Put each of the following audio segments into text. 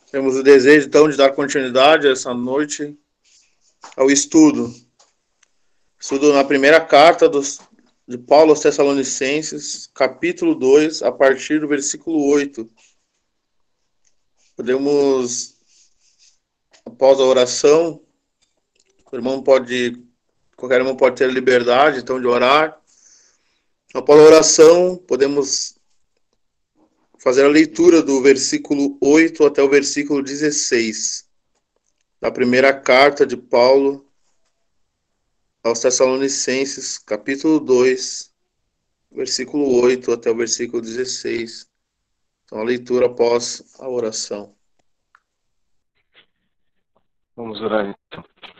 Temos o desejo, então, de dar continuidade essa noite ao estudo. Estudo na primeira carta de Paulo aos Tessalonicenses, capítulo 2, a partir do versículo 8. Podemos, após a oração, qualquer irmão pode ter a liberdade, então, de orar. Após a oração, podemos fazer a leitura do versículo 8 até o versículo 16, da primeira carta de Paulo aos Tessalonicenses, capítulo 2, versículo 8 até o versículo 16. Então, a leitura após a oração. Vamos orar então.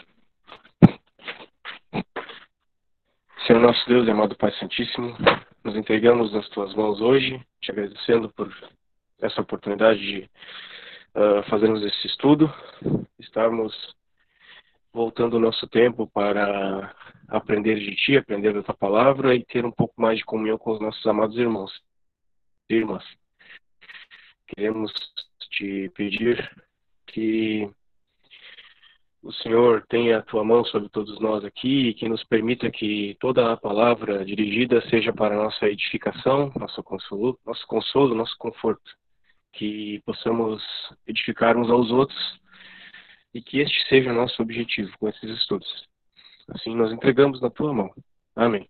Senhor nosso Deus e amado Pai Santíssimo, nos entregamos nas Tuas mãos hoje, te agradecendo por essa oportunidade de fazermos esse estudo, estarmos voltando o nosso tempo para aprender de Ti, aprender da Tua Palavra e ter um pouco mais de comunhão com os nossos amados irmãos e irmãs. Queremos Te pedir que o Senhor tenha a Tua mão sobre todos nós aqui e que nos permita que toda a palavra dirigida seja para nossa edificação, nosso consolo, nosso conforto. Que possamos edificar uns aos outros e que este seja o nosso objetivo com esses estudos. Assim nós entregamos na Tua mão. Amém.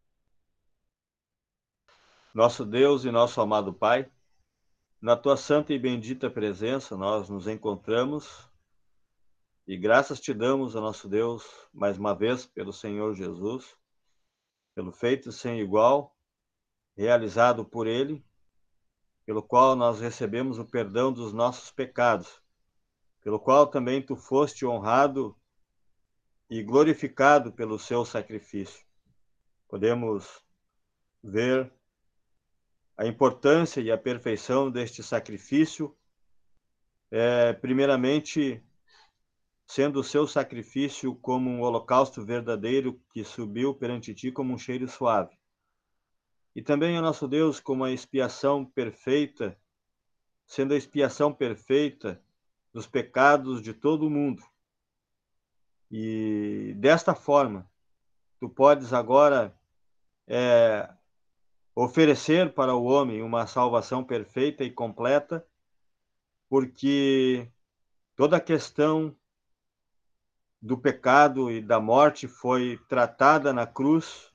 Nosso Deus e nosso amado Pai, na Tua santa e bendita presença nós nos encontramos e graças te damos a nosso Deus, mais uma vez, pelo Senhor Jesus, pelo feito sem igual, realizado por Ele, pelo qual nós recebemos o perdão dos nossos pecados, pelo qual também Tu foste honrado e glorificado pelo seu sacrifício. Podemos ver a importância e a perfeição deste sacrifício, primeiramente sendo o seu sacrifício como um holocausto verdadeiro que subiu perante ti como um cheiro suave. E também, ó nosso Deus, como a expiação perfeita, sendo a expiação perfeita dos pecados de todo o mundo. E desta forma, tu podes agora oferecer para o homem uma salvação perfeita e completa, porque toda a questão do pecado e da morte foi tratada na cruz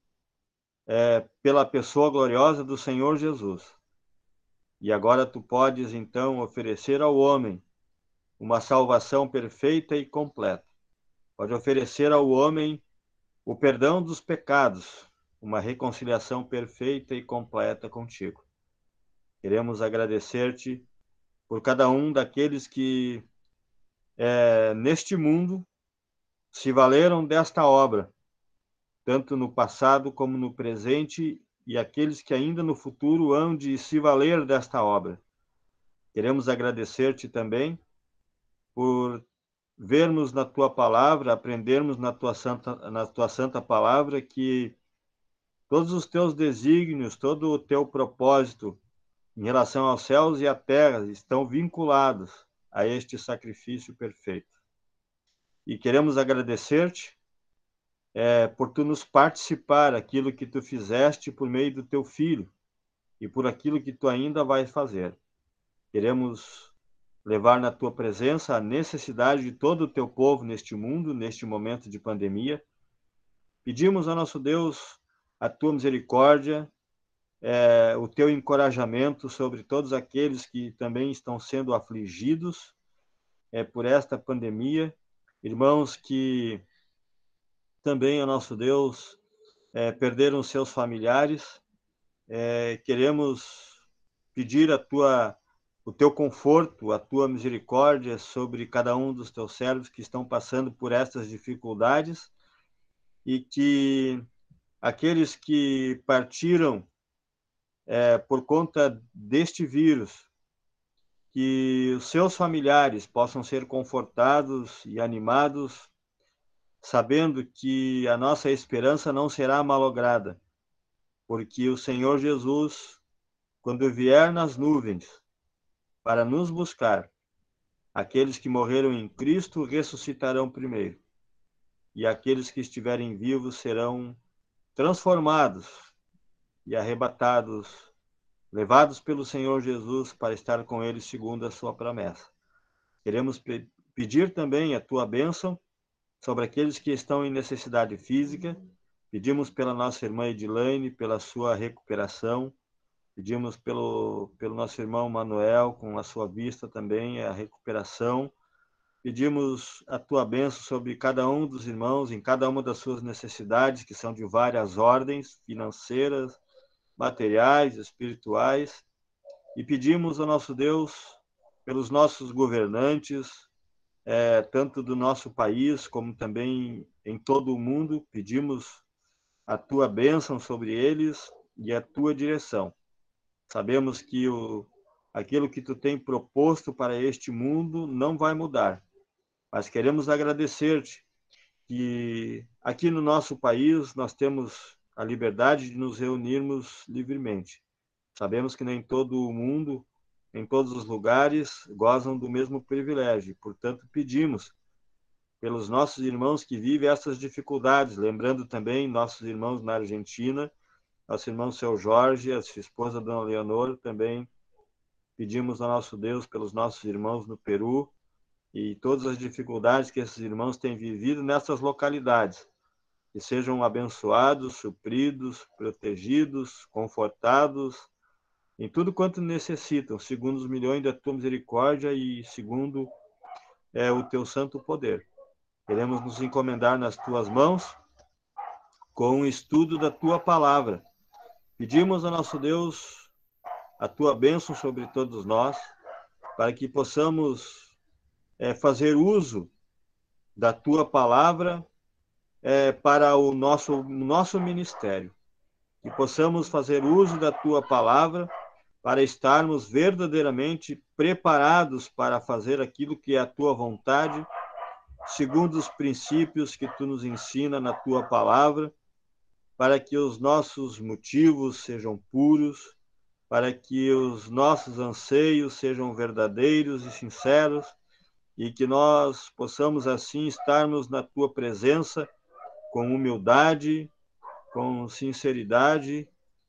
pela pessoa gloriosa do Senhor Jesus. E agora tu podes, então, oferecer ao homem uma salvação perfeita e completa. Pode oferecer ao homem o perdão dos pecados, uma reconciliação perfeita e completa contigo. Queremos agradecer-te por cada um daqueles que neste mundo se valeram desta obra, tanto no passado como no presente, e aqueles que ainda no futuro hão de se valer desta obra. Queremos agradecer-te também por vermos na tua palavra, aprendermos na tua santa palavra que todos os teus desígnios, todo o teu propósito em relação aos céus e à terra estão vinculados a este sacrifício perfeito. E queremos agradecer-te por tu nos participar aquilo que tu fizeste por meio do teu Filho e por aquilo que tu ainda vais fazer. Queremos levar na tua presença a necessidade de todo o teu povo neste mundo, neste momento de pandemia. Pedimos ao nosso Deus a tua misericórdia, o teu encorajamento sobre todos aqueles que também estão sendo afligidos por esta pandemia, irmãos que também, ó nosso Deus, perderam seus familiares. Queremos pedir o teu conforto, a tua misericórdia sobre cada um dos teus servos que estão passando por estas dificuldades e que aqueles que partiram por conta deste vírus, que os seus familiares possam ser confortados e animados, sabendo que a nossa esperança não será malograda, porque o Senhor Jesus, quando vier nas nuvens para nos buscar, aqueles que morreram em Cristo ressuscitarão primeiro, e aqueles que estiverem vivos serão transformados e arrebatados, levados pelo Senhor Jesus para estar com Ele segundo a sua promessa. Queremos pedir também a tua bênção sobre aqueles que estão em necessidade física. Pedimos pela nossa irmã Edilane, pela sua recuperação. Pedimos pelo nosso irmão Manuel, com a sua vista também, a recuperação. Pedimos a tua bênção sobre cada um dos irmãos, em cada uma das suas necessidades, que são de várias ordens, financeiras, materiais, espirituais. E pedimos ao nosso Deus, pelos nossos governantes, tanto do nosso país, como também em todo o mundo, pedimos a tua bênção sobre eles e a tua direção. Sabemos que aquilo que tu tem proposto para este mundo não vai mudar, mas queremos agradecer-te que aqui no nosso país nós temos a liberdade de nos reunirmos livremente. Sabemos que nem todo o mundo, em todos os lugares, gozam do mesmo privilégio. Portanto, pedimos pelos nossos irmãos que vivem essas dificuldades, lembrando também nossos irmãos na Argentina, nosso irmão Seu Jorge, a sua esposa Dona Leonor, também pedimos ao nosso Deus pelos nossos irmãos no Peru e todas as dificuldades que esses irmãos têm vivido nessas localidades. Que sejam abençoados, supridos, protegidos, confortados, em tudo quanto necessitam, segundo os milhões da tua misericórdia e segundo o teu santo poder. Queremos nos encomendar nas tuas mãos com o estudo da tua palavra. Pedimos ao nosso Deus a tua bênção sobre todos nós, para que possamos fazer uso da tua palavra para o nosso ministério. Que possamos fazer uso da tua palavra para estarmos verdadeiramente preparados para fazer aquilo que é a tua vontade, segundo os princípios que tu nos ensina na tua palavra, para que os nossos motivos sejam puros, para que os nossos anseios sejam verdadeiros e sinceros, e que nós possamos assim estarmos na tua presença com humildade, com sinceridade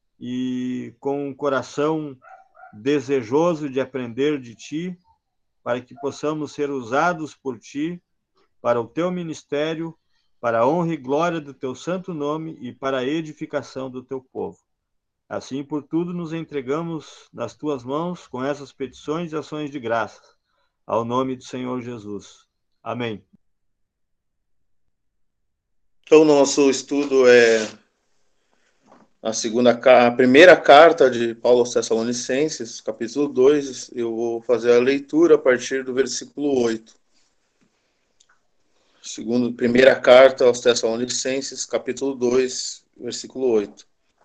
e com um coração desejoso de aprender de ti, para que possamos ser usados por ti para o teu ministério, para a honra e glória do teu santo nome e para a edificação do teu povo. Assim, por tudo, nos entregamos nas tuas mãos com essas petições e ações de graças, ao nome do Senhor Jesus. Amém. Então, nosso estudo é a primeira carta de Paulo aos Tessalonicenses, capítulo 2. Eu vou fazer a leitura a partir do versículo 8. Primeira carta aos Tessalonicenses, capítulo 2, versículo 8.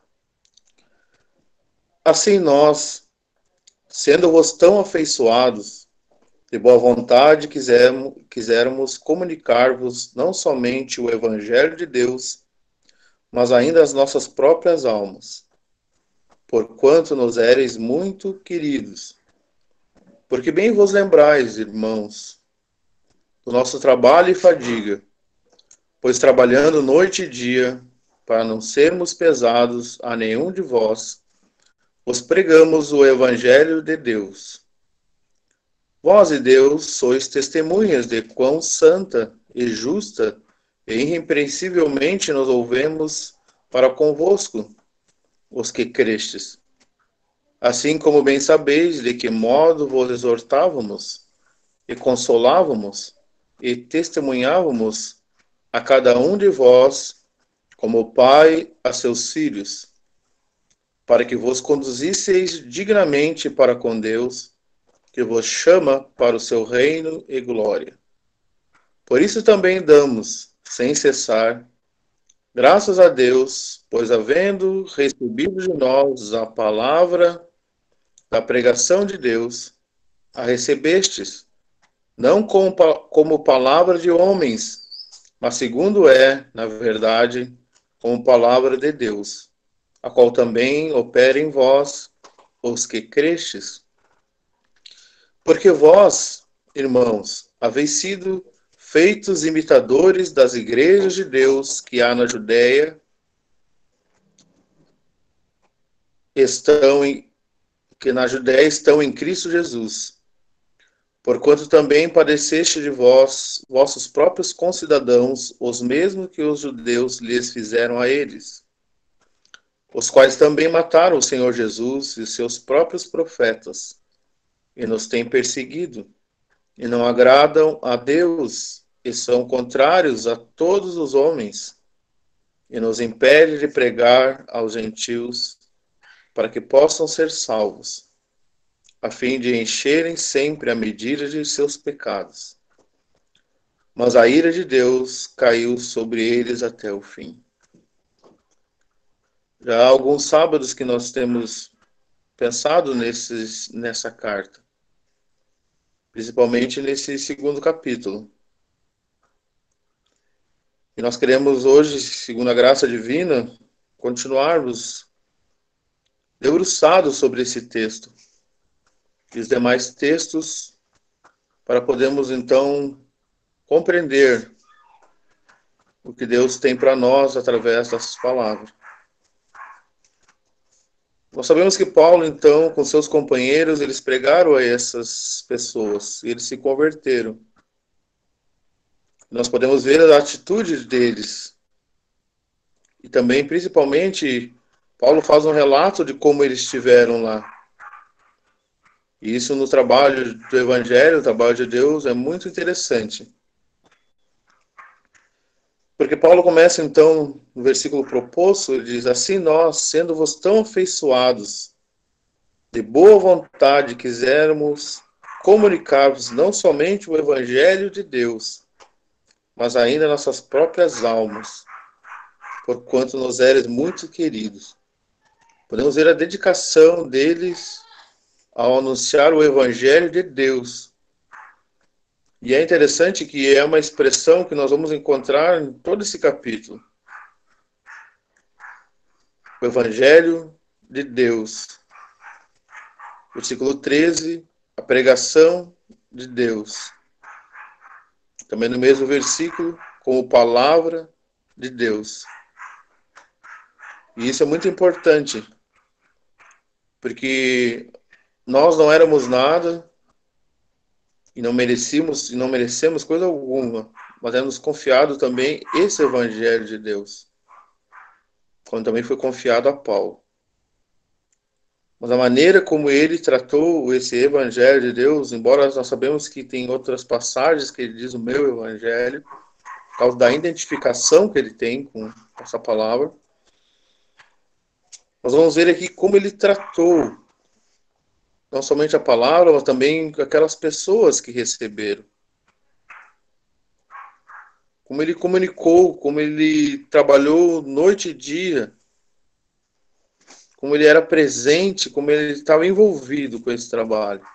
Assim nós, sendo-vos tão afeiçoados, de boa vontade quisermos comunicar-vos não somente o Evangelho de Deus, mas ainda as nossas próprias almas, porquanto nos éreis muito queridos. Porque bem vos lembrais, irmãos, do nosso trabalho e fadiga, pois trabalhando noite e dia, para não sermos pesados a nenhum de vós, vos pregamos o Evangelho de Deus. Vós e Deus sois testemunhas de quão santa e justa e irrepreensivelmente nos ouvemos para convosco, os que crestes. Assim como bem sabeis de que modo vos exortávamos e consolávamos e testemunhávamos a cada um de vós, como o Pai a seus filhos, para que vos conduzisseis dignamente para com Deus, que vos chama para o seu reino e glória. Por isso também damos, sem cessar, graças a Deus, pois havendo recebido de nós a palavra da pregação de Deus, a recebestes, não como palavra de homens, mas segundo na verdade, como palavra de Deus, a qual também opera em vós, os que crestes. Porque vós irmãos, haveis sido feitos imitadores das igrejas de Deus que há na Judéia, que na Judéia estão em Cristo Jesus. Porquanto também padeceste de vós, vossos próprios concidadãos, os mesmos que os judeus lhes fizeram a eles, os quais também mataram o Senhor Jesus e os seus próprios profetas, e nos têm perseguido, e não agradam a Deus, e são contrários a todos os homens, e nos impede de pregar aos gentios, para que possam ser salvos, a fim de encherem sempre a medida de seus pecados. Mas a ira de Deus caiu sobre eles até o fim. Já há alguns sábados que nós temos pensado nessa carta, principalmente nesse segundo capítulo. E nós queremos hoje, segundo a graça divina, continuarmos debruçados sobre esse texto e os demais textos, para podermos então compreender o que Deus tem para nós através dessas palavras. Nós sabemos que Paulo, então, com seus companheiros, eles pregaram a essas pessoas e eles se converteram. Nós podemos ver a atitude deles. E também, principalmente, Paulo faz um relato de como eles estiveram lá. E isso no trabalho do Evangelho, no trabalho de Deus, é muito interessante. Porque Paulo começa, então, no versículo proposto, ele diz: assim nós, sendo-vos tão afeiçoados, de boa vontade, quisermos comunicar-vos não somente o Evangelho de Deus, mas ainda nossas próprias almas, porquanto nos eres muito queridos. Podemos ver a dedicação deles ao anunciar o Evangelho de Deus. E é interessante que é uma expressão que nós vamos encontrar em todo esse capítulo. O Evangelho de Deus. Versículo 13, a pregação de Deus. Também no mesmo versículo, como palavra de Deus. E isso é muito importante, porque nós não éramos nada e não merecemos coisa alguma, mas é-nos confiado também esse Evangelho de Deus, como também foi confiado a Paulo. Mas a maneira como ele tratou esse Evangelho de Deus, embora nós sabemos que tem outras passagens que ele diz o meu Evangelho, por causa da identificação que ele tem com essa palavra, nós vamos ver aqui como ele tratou não somente a palavra, mas também aquelas pessoas que receberam. Como ele comunicou, como ele trabalhou noite e dia, como ele era presente, como ele estava envolvido com esse trabalho.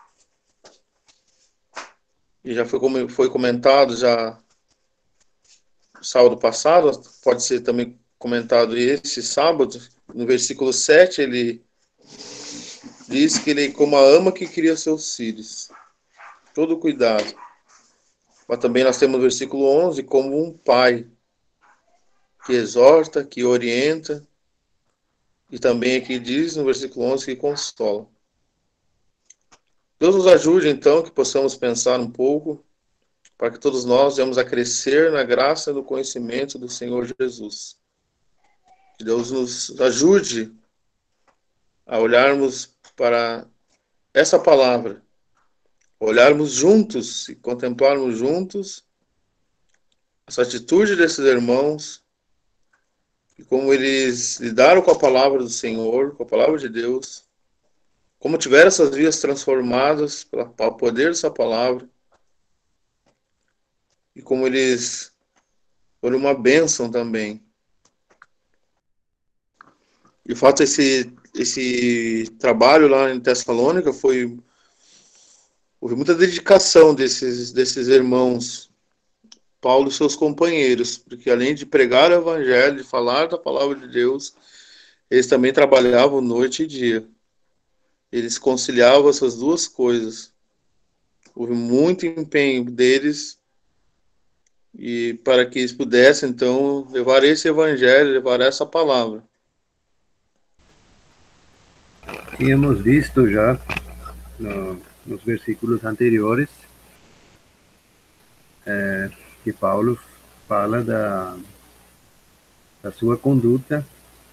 E já foi comentado já no sábado passado, pode ser também comentado esse sábado, no versículo 7, ele diz que ele, como a ama que cria seus filhos, todo cuidado. Mas também nós temos no versículo 11, como um pai que exorta, que orienta, e também aqui diz no versículo 11 que consola. Deus nos ajude então que possamos pensar um pouco, para que todos nós venhamos a crescer na graça e no conhecimento do Senhor Jesus. Que Deus nos ajude a olharmos para essa palavra, olharmos juntos e contemplarmos juntos essa atitude desses irmãos e como eles lidaram com a palavra do Senhor, com a palavra de Deus, como tiveram essas vidas transformadas pelo poder dessa palavra e como eles foram uma bênção também. E o fato esse trabalho lá em Tessalônica houve muita dedicação desses irmãos, Paulo e seus companheiros, porque além de pregar o Evangelho, de falar da palavra de Deus, eles também trabalhavam noite e dia. Eles conciliavam essas duas coisas, houve muito empenho deles e para que eles pudessem, então, levar esse evangelho, levar essa palavra. Tínhamos visto já nos versículos anteriores que Paulo fala da sua conduta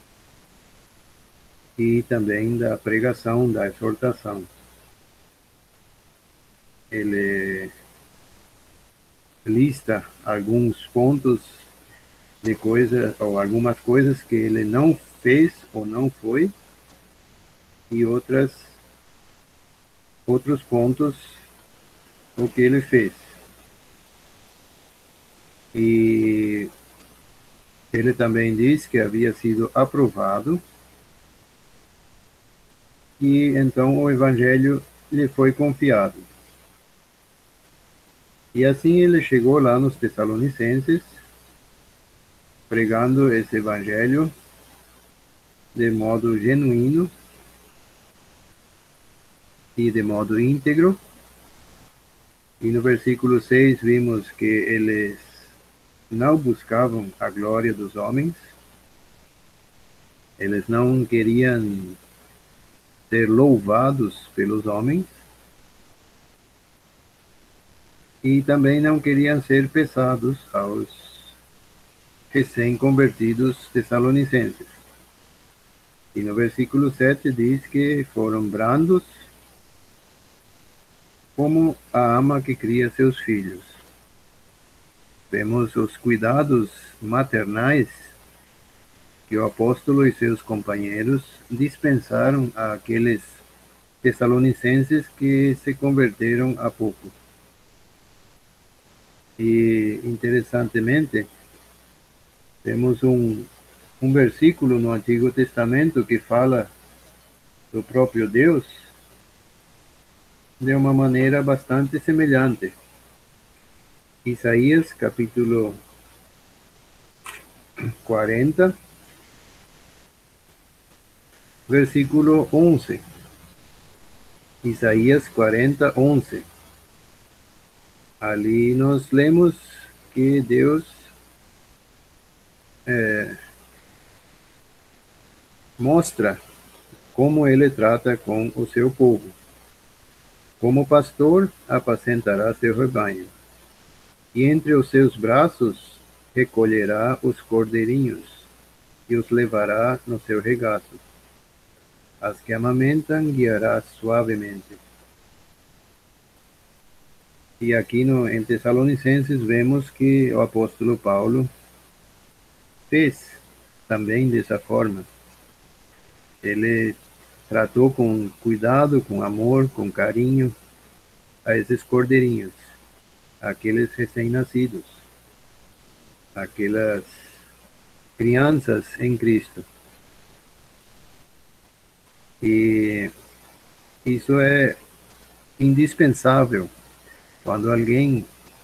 e também da pregação, da exortação. Ele lista alguns pontos de coisas, ou algumas coisas que ele não fez ou não foi, e outros pontos o que ele fez. E ele também diz que havia sido aprovado, e então o evangelho lhe foi confiado. E assim ele chegou lá nos Tessalonicenses, pregando esse evangelho de modo genuíno e de modo íntegro. E no versículo 6 vimos que eles não buscavam a glória dos homens, eles não queriam ser louvados pelos homens, e também não queriam ser pesados aos recém-convertidos tessalonicenses. E no versículo 7 diz que foram brandos como a ama que cria seus filhos. Vemos os cuidados maternais que o apóstolo e seus companheiros dispensaram àqueles tessalonicenses que se converteram há pouco. E, interessantemente, temos um versículo no Antigo Testamento que fala do próprio Deus de uma maneira bastante semelhante. Isaías, capítulo 40, versículo 11. Isaías 40, 11. Ali nós lemos que Deus mostra como ele trata com o seu povo. Como pastor, apacentará seu rebanho, e entre os seus braços recolherá os cordeirinhos, e os levará no seu regaço. As que amamentam guiará suavemente. E aqui em Tessalonicenses vemos que o apóstolo Paulo fez também dessa forma. Ele tratou com cuidado, com amor, com carinho a esses cordeirinhos, aqueles recém-nascidos, aquelas crianças em Cristo. E isso é indispensável quando alguém,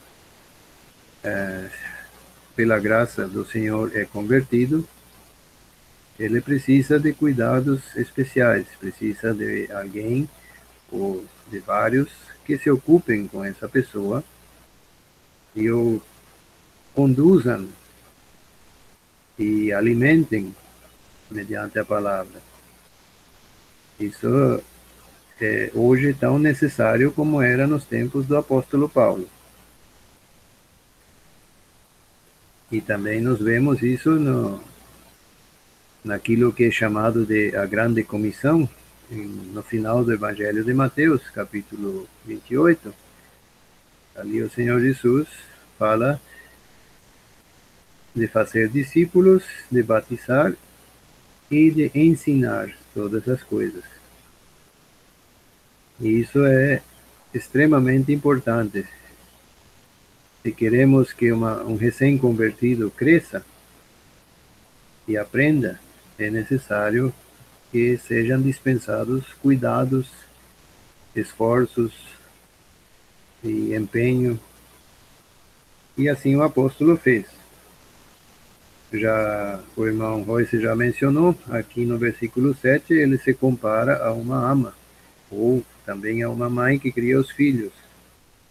pela graça do Senhor, é convertido. Ele precisa de cuidados especiais, precisa de alguém ou de vários que se ocupem com essa pessoa e o conduzam e alimentem mediante a palavra. Isso é hoje tão necessário como era nos tempos do apóstolo Paulo. E também nós vemos isso naquilo que é chamado de a grande comissão, no final do Evangelho de Mateus, capítulo 28. Ali o Senhor Jesus fala de fazer discípulos, de batizar e de ensinar todas as coisas. E isso é extremamente importante. Se queremos que um recém-convertido cresça e aprenda, é necessário que sejam dispensados cuidados, esforços e empenho. E assim o apóstolo fez. Já o irmão Royce já mencionou, aqui no versículo 7, ele se compara a uma ama, ou também a uma mãe que cria os filhos.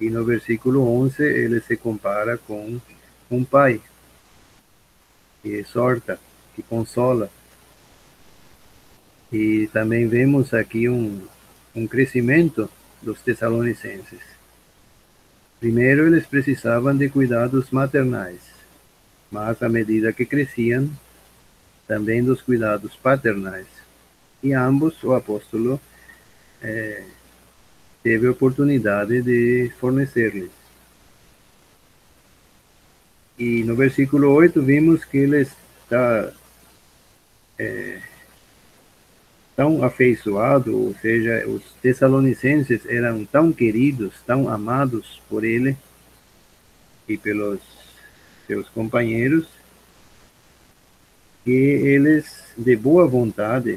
E no versículo 11 ele se compara com um pai que exorta, que consola. E também vemos aqui um crescimento dos tessalonicenses. Primeiro, eles precisavam de cuidados maternais, mas à medida que cresciam, também dos cuidados paternais. E ambos, o apóstolo teve a oportunidade de fornecer-lhes. E no versículo 8 vimos que ele está tão afeiçoado, ou seja, os tessalonicenses eram tão queridos, tão amados por ele e pelos seus companheiros, que eles, de boa vontade,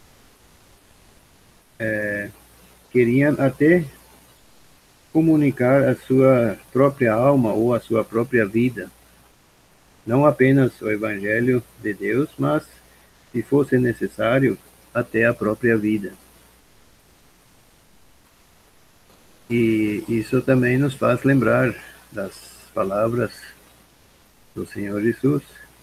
queriam até comunicar a sua própria alma ou a sua própria vida. Não apenas o Evangelho de Deus, mas, se fosse necessário, até a própria vida. E isso também nos faz lembrar das palavras do Senhor Jesus.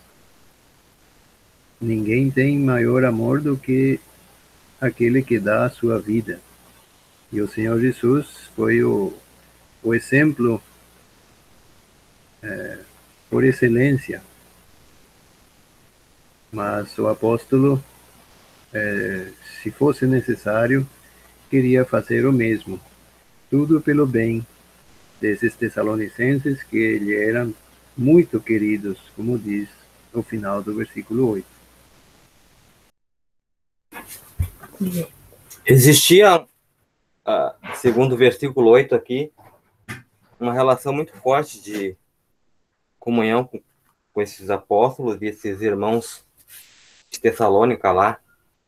Ninguém tem maior amor do que aquele que dá a sua vida. E o Senhor Jesus foi o exemplo por excelência. Mas o apóstolo, se fosse necessário, queria fazer o mesmo. Tudo pelo bem desses tessalonicenses que lhe eram muito queridos, como diz no final do versículo 8. Existia, segundo o versículo 8 aqui, uma relação muito forte de comunhão com esses apóstolos e esses irmãos de Tessalônica lá.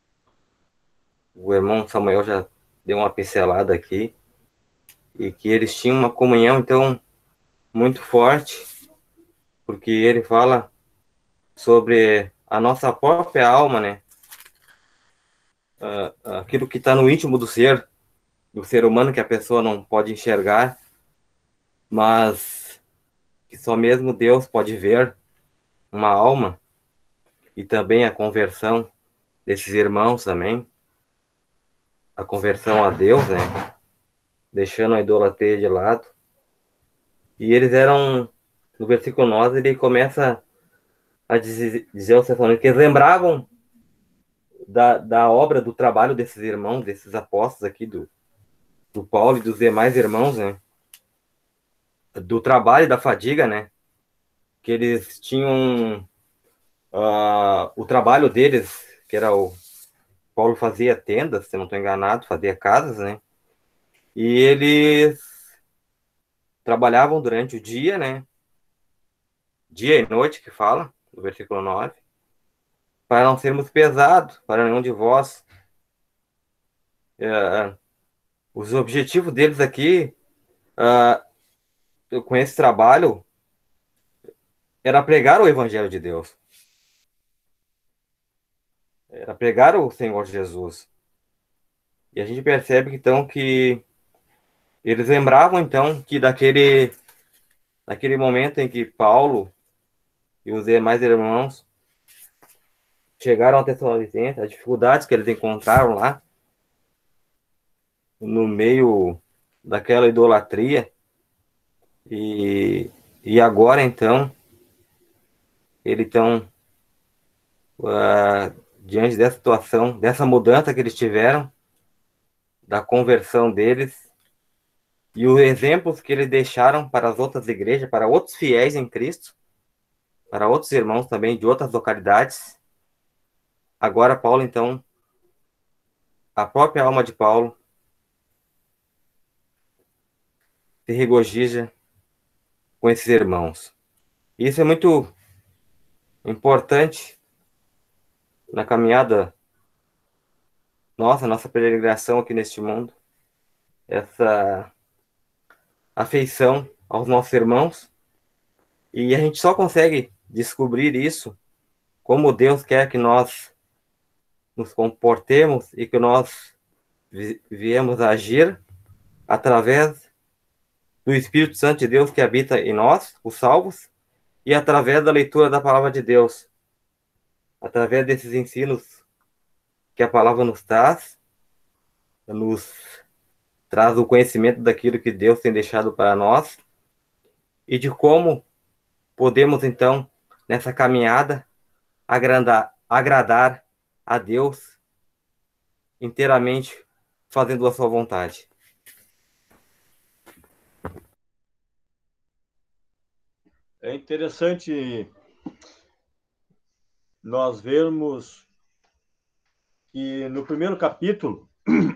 O irmão Samuel já deu uma pincelada aqui, e que eles tinham uma comunhão, então, muito forte, porque ele fala sobre a nossa própria alma, né? Aquilo que está no íntimo do ser humano, que a pessoa não pode enxergar, mas que só mesmo Deus pode ver, uma alma, e também a conversão desses irmãos também, a conversão a Deus, né? Deixando a idolatria de lado. E eles eram, no versículo 9, ele começa a dizer aos Tessalonicenses que eles lembravam da obra, do trabalho desses irmãos, desses apóstolos aqui, do Paulo e dos demais irmãos, né? Do trabalho e da fadiga, né? Que eles tinham o trabalho deles, que era o Paulo fazia tendas, se não estou enganado, fazia casas, né? E eles trabalhavam durante o dia, né? Dia e noite, que fala, no versículo 9, para não sermos pesados, para nenhum de vós. Os objetivos deles aqui, com esse trabalho, era pregar o Evangelho de Deus. Era pregar o Senhor Jesus. E a gente percebe, então, que eles lembravam, então, que naquele momento em que Paulo e os demais irmãos chegaram a Tessalonicenses, as dificuldades que eles encontraram lá, no meio daquela idolatria, e agora, então, eles estão diante dessa situação, dessa mudança que eles tiveram, da conversão deles, e os exemplos que eles deixaram para as outras igrejas, para outros fiéis em Cristo, para outros irmãos também de outras localidades. Agora Paulo, então, a própria alma de Paulo se regozija com esses irmãos. Isso é muito importante na caminhada nossa peregrinação aqui neste mundo, essa afeição aos nossos irmãos, e a gente só consegue descobrir isso, como Deus quer que nós nos comportemos e que nós viemos a agir através do Espírito Santo de Deus que habita em nós, os salvos, e através da leitura da palavra de Deus, através desses ensinos que a palavra nos traz o conhecimento daquilo que Deus tem deixado para nós e de como podemos, então, nessa caminhada, agradar a Deus inteiramente, fazendo a sua vontade. É interessante nós vermos que no primeiro capítulo,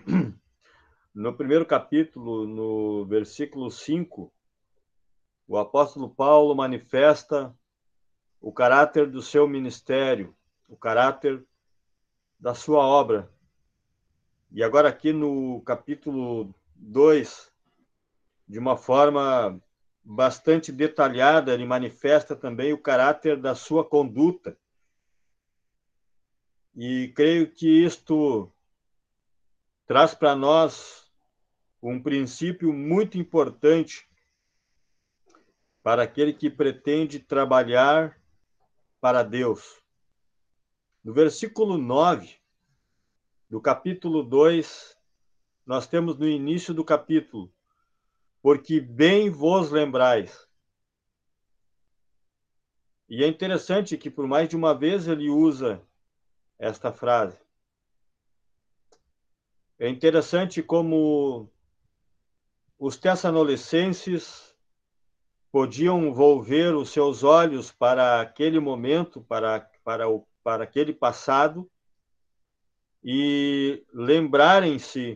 no versículo 5, o apóstolo Paulo manifesta o caráter do seu ministério, o caráter da sua obra. E agora aqui no capítulo 2, de uma forma bastante detalhada, ele manifesta também o caráter da sua conduta. E creio que isto traz para nós um princípio muito importante para aquele que pretende trabalhar para Deus. No versículo 9 do capítulo 2, nós temos no início do capítulo: porque bem vos lembrais. E é interessante que por mais de uma vez ele usa esta frase. É interessante como os tessalonicenses podiam volver os seus olhos para aquele momento, para aquele passado, e lembrarem-se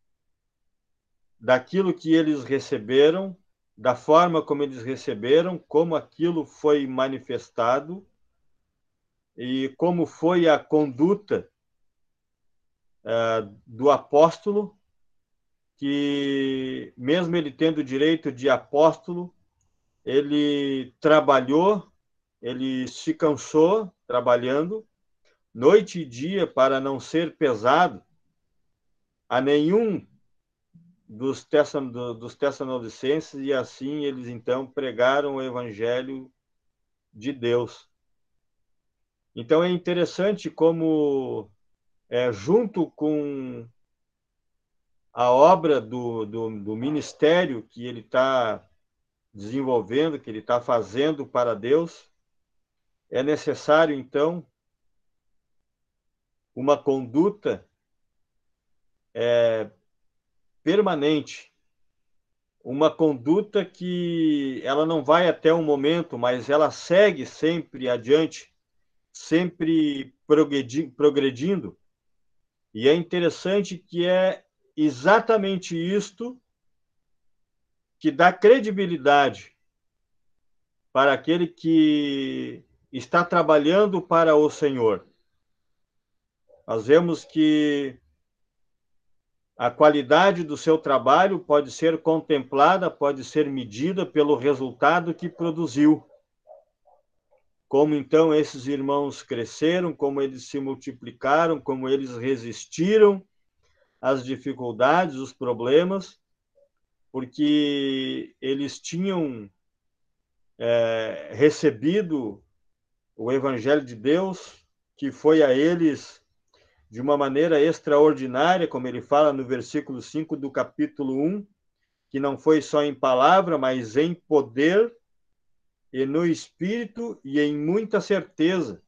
daquilo que eles receberam, da forma como eles receberam, como aquilo foi manifestado e como foi a conduta do apóstolo, que mesmo ele tendo o direito de apóstolo, ele trabalhou, ele se cansou trabalhando noite e dia para não ser pesado a nenhum dos tessalonicenses, e assim eles então pregaram o evangelho de Deus. Então é interessante como, junto com a obra do ministério que ele está desenvolvendo, que ele está fazendo para Deus, é necessário, então, uma conduta permanente, uma conduta que ela não vai até um momento, mas ela segue sempre adiante, sempre progredindo. E é interessante que é exatamente isto que dá credibilidade para aquele que está trabalhando para o Senhor. Nós vemos que a qualidade do seu trabalho pode ser contemplada, pode ser medida pelo resultado que produziu. Como então esses irmãos cresceram, como eles se multiplicaram, como eles resistiram às dificuldades, os problemas, porque eles tinham recebido o Evangelho de Deus, que foi a eles de uma maneira extraordinária, como ele fala no versículo 5 do capítulo 1, que não foi só em palavra, mas em poder, e no Espírito, e em muita certeza.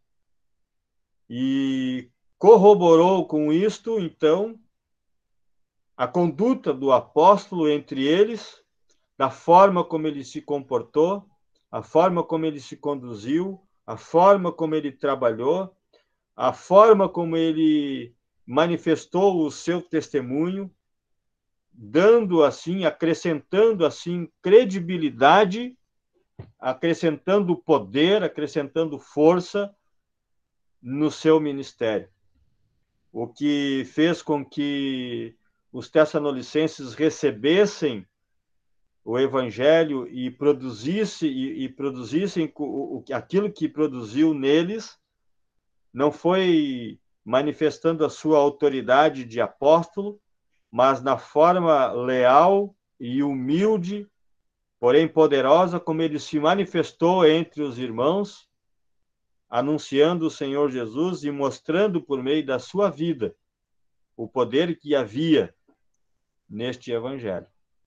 E corroborou com isto, então, a conduta do apóstolo entre eles, da forma como ele se comportou, a forma como ele se conduziu, a forma como ele trabalhou, a forma como ele manifestou o seu testemunho, dando assim, acrescentando assim credibilidade, acrescentando poder, acrescentando força no seu ministério. O que fez com que os tessalonicenses recebessem o evangelho e produzissem aquilo que produziu neles, não foi manifestando a sua autoridade de apóstolo, mas na forma leal e humilde porém poderosa como ele se manifestou entre os irmãos, anunciando o Senhor Jesus e mostrando por meio da sua vida o poder que havia neste evangelho.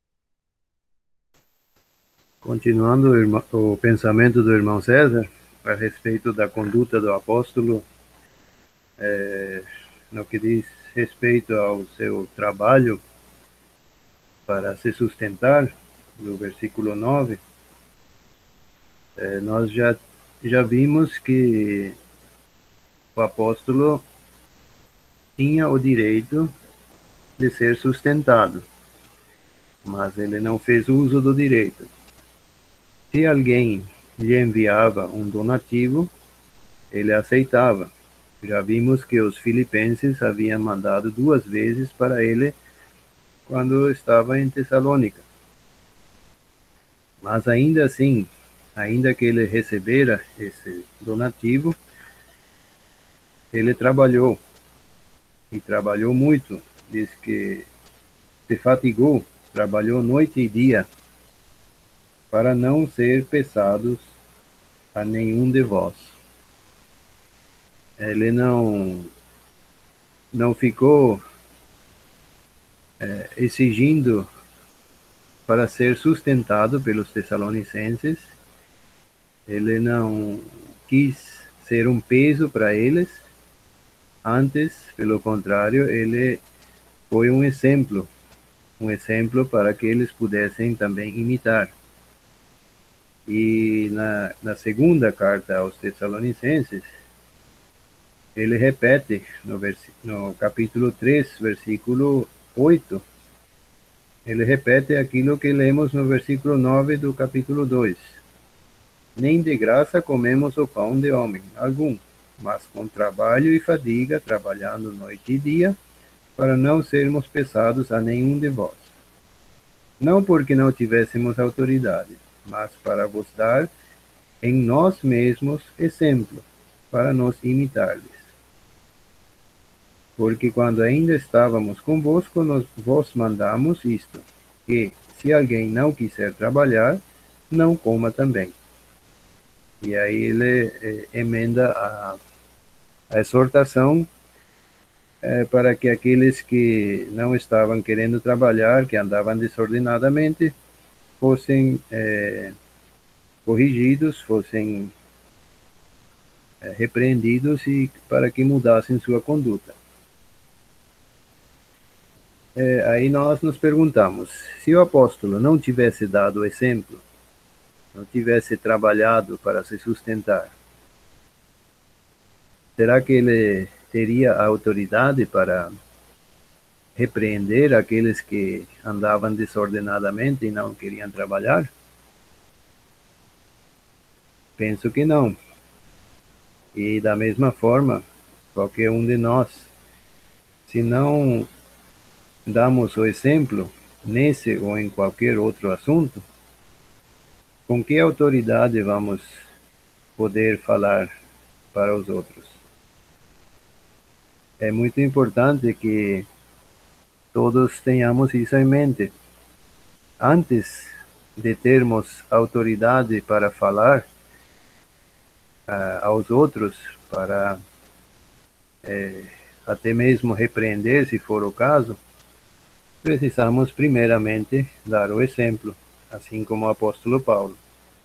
Continuando o pensamento do irmão César a respeito da conduta do apóstolo, no que diz respeito ao seu trabalho para se sustentar, no versículo 9, nós já vimos que o apóstolo tinha o direito de ser sustentado, mas ele não fez uso do direito. Se alguém lhe enviava um donativo, ele aceitava. Já vimos que os filipenses haviam mandado 2 vezes para ele quando estava em Tessalônica. Mas ainda assim, ainda que ele recebera esse donativo, ele trabalhou, e trabalhou muito. Diz que se fatigou, trabalhou noite e dia, para não ser pesados a nenhum de vós. Ele não ficou exigindo para ser sustentado pelos tessalonicenses. Ele não quis ser um peso para eles. Antes, pelo contrário, ele foi um exemplo para que eles pudessem também imitar. E na segunda carta aos Tessalonicenses, ele repete no capítulo 3, versículo 8, ele repete aquilo que lemos no versículo 9 do capítulo 2. Nem de graça comemos o pão de homem algum, mas com trabalho e fadiga, trabalhando noite e dia, para não sermos pesados a nenhum de vós. Não porque não tivéssemos autoridade, mas para vos dar em nós mesmos exemplo, para nos imitardes. Porque quando ainda estávamos convosco, nós vos mandamos isto, que, se alguém não quiser trabalhar, não coma também. E aí ele emenda a exortação para que aqueles que não estavam querendo trabalhar, que andavam desordenadamente, fossem corrigidos, fossem repreendidos e para que mudassem sua conduta. Aí nós nos perguntamos, se o apóstolo não tivesse dado o exemplo, não tivesse trabalhado para se sustentar, será que ele teria a autoridade para repreender aqueles que andavam desordenadamente e não queriam trabalhar? Penso que não. E da mesma forma, qualquer um de nós, se não damos o exemplo nesse ou em qualquer outro assunto, com que autoridade vamos poder falar para os outros? É muito importante que todos tenhamos isso em mente. Antes de termos autoridade para falar aos outros, para até mesmo repreender, se for o caso, precisamos primeiramente dar o exemplo, assim como o apóstolo Paulo.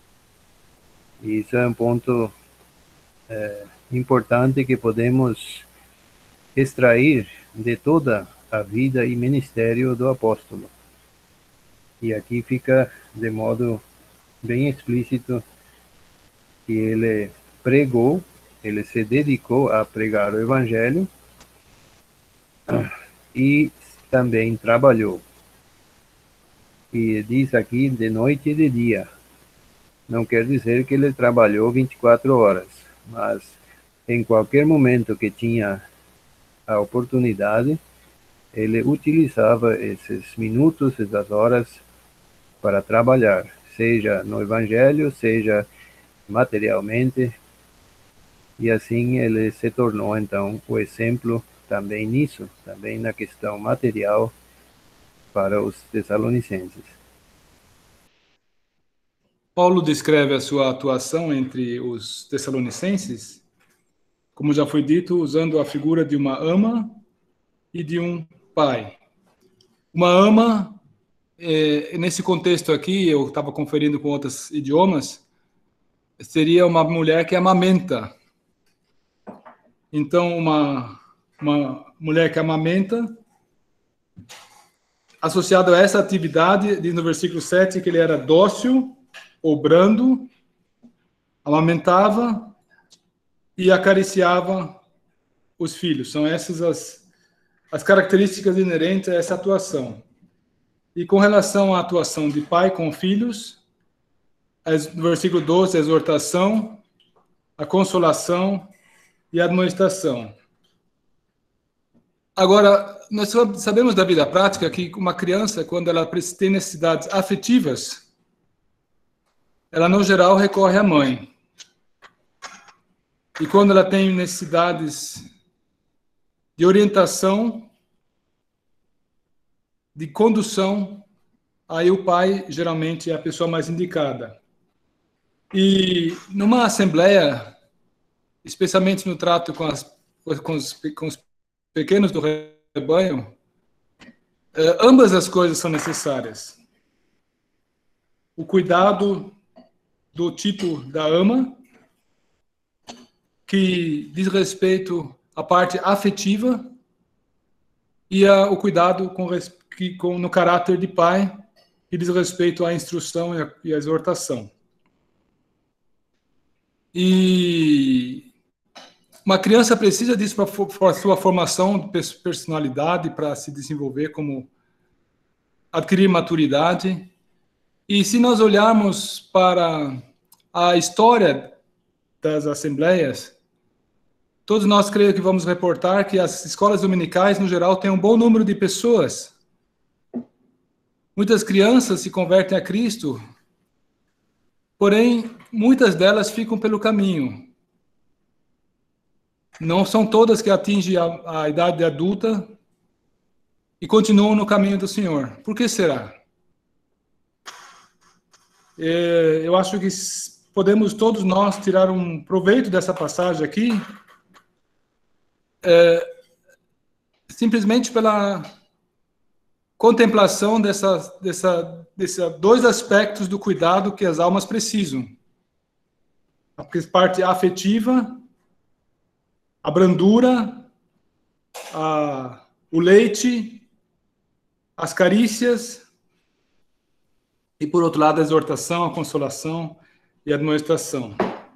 E isso é um ponto importante que podemos extrair de toda a vida e ministério do apóstolo. E aqui fica de modo bem explícito que ele pregou, ele se dedicou a pregar o evangelho e também trabalhou. E diz aqui de noite e de dia. Não quer dizer que ele trabalhou 24 horas, mas em qualquer momento que tinha a oportunidade, ele utilizava esses minutos, essas horas para trabalhar, seja no evangelho, seja materialmente, e assim ele se tornou então o exemplo também nisso, também na questão material para os tessalonicenses. Paulo descreve a sua atuação entre os tessalonicenses, como já foi dito, usando a figura de uma ama e de um pai. Uma ama, nesse contexto aqui, eu estava conferindo com outros idiomas, seria uma mulher que amamenta. Então, uma mulher que amamenta, associado a essa atividade, diz no versículo 7 que ele era dócil ou brando, amamentava e acariciava os filhos. São essas as características inerentes a essa atuação. E com relação à atuação de pai com filhos, no versículo 12, a exortação, a consolação e a admoestação. Agora, nós sabemos da vida prática que uma criança, quando ela tem necessidades afetivas, ela, no geral, recorre à mãe. E quando ela tem necessidades de orientação, de condução, aí o pai, geralmente, é a pessoa mais indicada. E numa assembleia, especialmente no trato com os pequenos do rebanho, ambas as coisas são necessárias. O cuidado do tipo da ama, que diz respeito à parte afetiva, e o cuidado no caráter de pai, que diz respeito à instrução e à exortação. E uma criança precisa disso para a sua formação de personalidade, para se desenvolver, como adquirir maturidade. E se nós olharmos para a história das assembleias, todos nós creio que vamos reportar que as escolas dominicais, no geral, têm um bom número de pessoas. Muitas crianças se convertem a Cristo, porém, muitas delas ficam pelo caminho. Não são todas que atingem a idade adulta e continuam no caminho do Senhor. Por que será? Eu acho que podemos todos nós tirar um proveito dessa passagem aqui, simplesmente pela contemplação desses dois aspectos do cuidado que as almas precisam. A parte afetiva, a brandura, o leite, as carícias, e, por outro lado, a exortação, a consolação e a admoestação.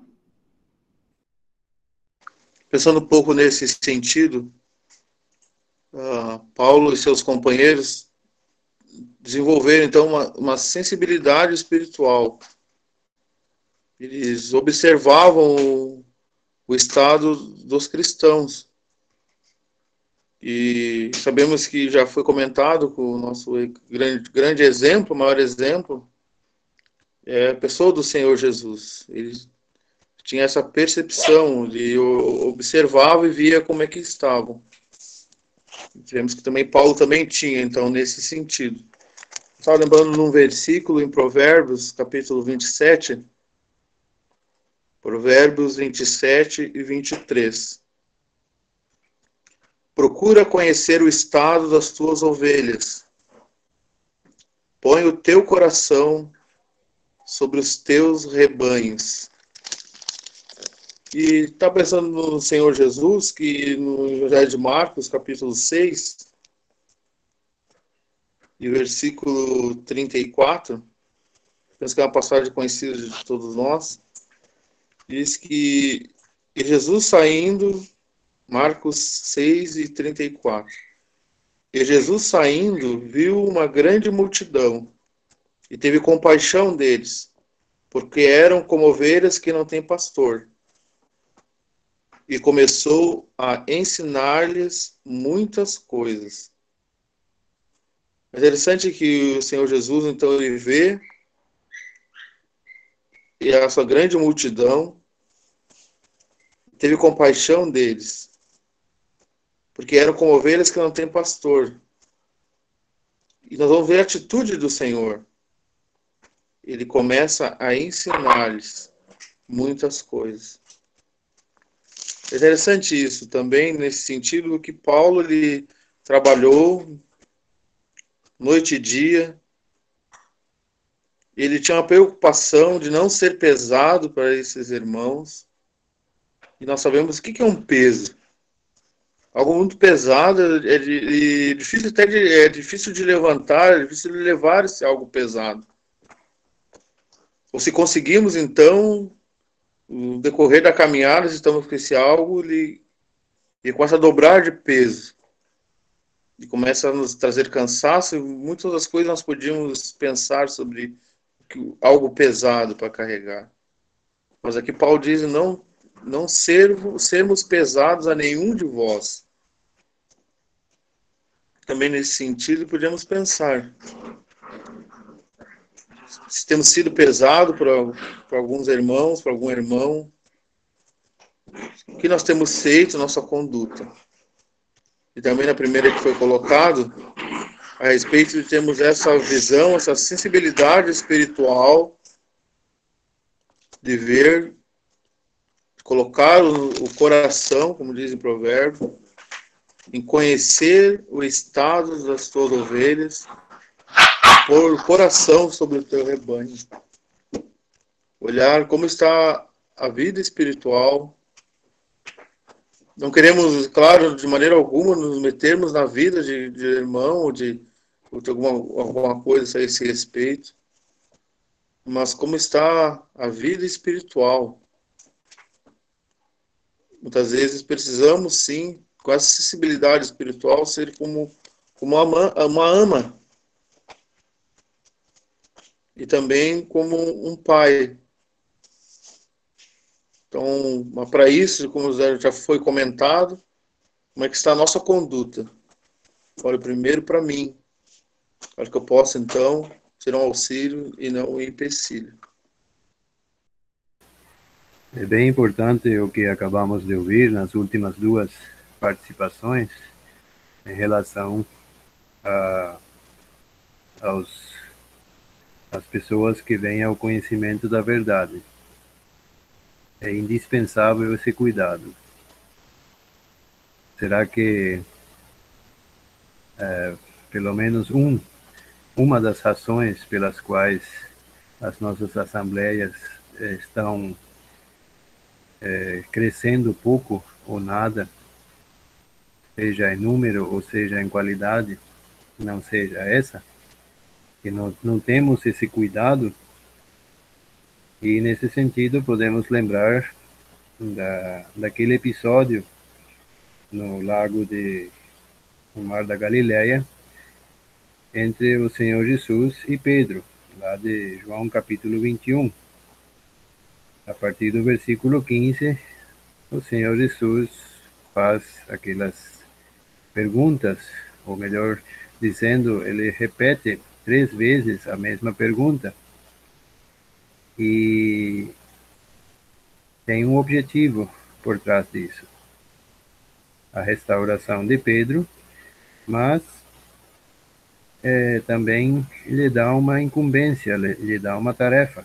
Pensando um pouco nesse sentido, Paulo e seus companheiros desenvolveram, então, uma sensibilidade espiritual. Eles observavam o estado dos cristãos. E sabemos que já foi comentado com o nosso grande exemplo, o maior exemplo, é a pessoa do Senhor Jesus. Ele tinha essa percepção, de observava e via como é que estavam. Vemos que também Paulo também tinha, então, nesse sentido. Estava lembrando num versículo em Provérbios, capítulo 27, Provérbios 27 e 23. Procura conhecer o estado das tuas ovelhas. Põe o teu coração sobre os teus rebanhos. E está pensando no Senhor Jesus, que no Evangelho de Marcos, capítulo 6, e versículo 34, penso que é uma passagem conhecida de todos nós, diz que Jesus saindo, Marcos 6 e 34, e Jesus saindo, viu uma grande multidão, e teve compaixão deles, porque eram como ovelhas que não têm pastor. E começou a ensinar-lhes muitas coisas. É interessante que o Senhor Jesus, então, ele vê e a sua grande multidão, teve compaixão deles, porque eram como ovelhas que não têm pastor. E nós vamos ver a atitude do Senhor. ele começa a ensinar-lhes muitas coisas. É interessante isso também, nesse sentido que Paulo ele trabalhou noite e dia. Ele tinha uma preocupação de não ser pesado para esses irmãos. E nós sabemos o que é um peso. Algo muito pesado, é difícil de levantar, é difícil de levar esse algo pesado. Ou se conseguimos, então, no decorrer da caminhada, estamos com esse algo, ele começa a dobrar de peso. E começa a nos trazer cansaço, e muitas das coisas nós podíamos pensar sobre algo pesado para carregar. Mas aqui Paulo diz, não sermos pesados a nenhum de vós. Também nesse sentido, podemos pensar. Se temos sido pesados para alguns irmãos, para algum irmão, o que nós temos feito, nossa conduta. E também na primeira que foi colocado, a respeito de termos essa visão, essa sensibilidade espiritual, de ver, de colocar o coração, como diz em provérbio, em conhecer o estado das tuas ovelhas, pôr o coração sobre o teu rebanho. Olhar como está a vida espiritual. Não queremos, claro, de maneira alguma, nos metermos na vida de irmão ou de alguma coisa a esse respeito. Mas como está a vida espiritual. Muitas vezes precisamos, sim, com essa sensibilidade espiritual, ser como uma ama. E também como um pai. Então, para isso, como já foi comentado, como é que está a nossa conduta? Olha, primeiro para mim. Para que eu possa, então, ser um auxílio e não um empecilho. É bem importante o que acabamos de ouvir nas últimas duas participações em relação às pessoas que vêm ao conhecimento da verdade. É indispensável esse cuidado. Será que pelo menos uma das razões pelas quais as nossas assembleias estão crescendo pouco ou nada, seja em número ou seja em qualidade, não seja essa, que não temos esse cuidado? E nesse sentido podemos lembrar daquele episódio no Mar da Galileia, entre o Senhor Jesus e Pedro, lá de João capítulo 21. A partir do versículo 15, o Senhor Jesus faz aquelas perguntas, ou melhor dizendo, ele repete 3 vezes a mesma pergunta. E tem um objetivo por trás disso. A restauração de Pedro, mas também lhe dá uma incumbência, lhe dá uma tarefa.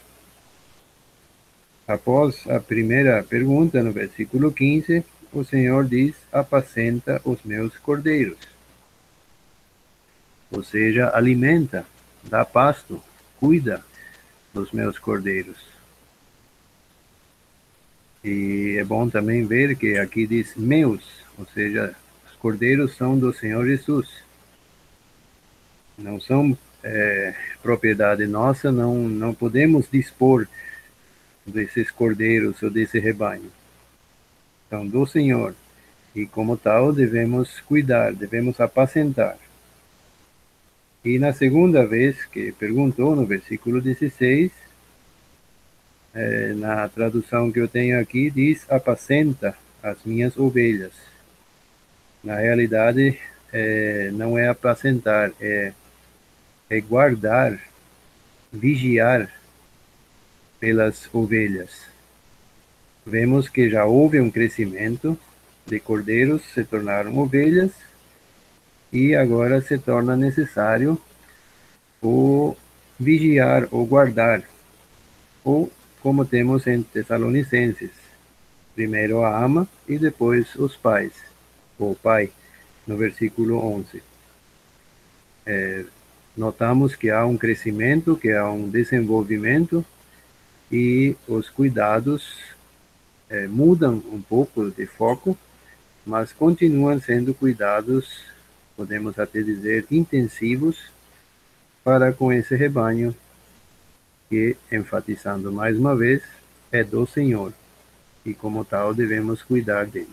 Após a primeira pergunta, no versículo 15, o Senhor diz: apacenta os meus cordeiros. Ou seja, alimenta, dá pasto, cuida dos meus cordeiros. E é bom também ver que aqui diz meus, ou seja, os cordeiros são do Senhor Jesus. Não são propriedade nossa, não podemos dispor desses cordeiros ou desse rebanho. São do Senhor. E como tal, devemos cuidar, devemos apacentar. E na segunda vez que perguntou, no versículo 16, na tradução que eu tenho aqui, diz: apacenta as minhas ovelhas. Na realidade, não é apacentar, é guardar, vigiar pelas ovelhas. Vemos que já houve um crescimento de cordeiros, se tornaram ovelhas, e agora se torna necessário o vigiar ou guardar ou como temos em Tessalonicenses, primeiro a ama e depois os pais, ou pai, no versículo 11. Notamos que há um crescimento, que há um desenvolvimento, e os cuidados mudam um pouco de foco, mas continuam sendo cuidados, podemos até dizer, intensivos, para com esse rebanho, que, enfatizando mais uma vez, é do Senhor, e como tal devemos cuidar dele.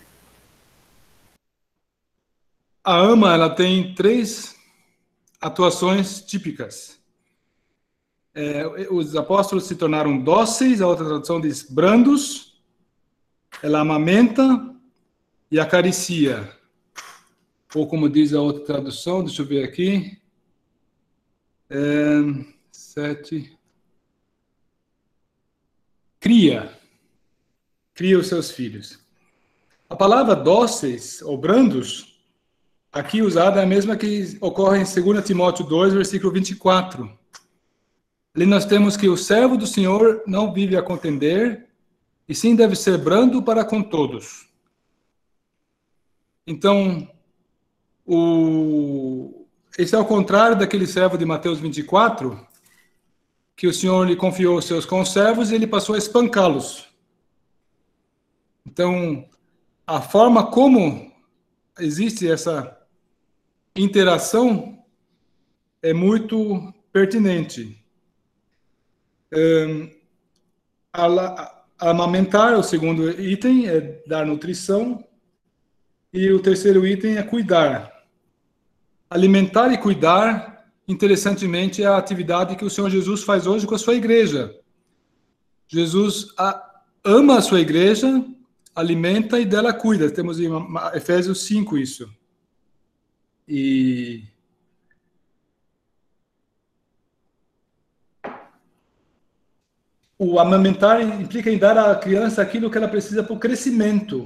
A ama, ela tem 3 atuações típicas. Os apóstolos se tornaram dóceis, a outra tradução diz brandos, ela amamenta e acaricia. Ou como diz a outra tradução, deixa eu ver aqui, 7. Cria os seus filhos. A palavra dóceis ou brandos, aqui usada é a mesma que ocorre em 2 Timóteo 2, versículo 24. Ali nós temos que o servo do Senhor não vive a contender, e sim deve ser brando para com todos. Então, esse é o contrário daquele servo de Mateus 24, que o Senhor lhe confiou os seus conservos e ele passou a espancá-los. Então, a forma como existe essa interação é muito pertinente. Amamentar, o segundo item, é dar nutrição. E o terceiro item é cuidar. Alimentar e cuidar, interessantemente, é a atividade que o Senhor Jesus faz hoje com a sua igreja. Jesus ama a sua igreja, alimenta e dela cuida. Temos em Efésios 5 isso. E o amamentar implica em dar à criança aquilo que ela precisa para o crescimento.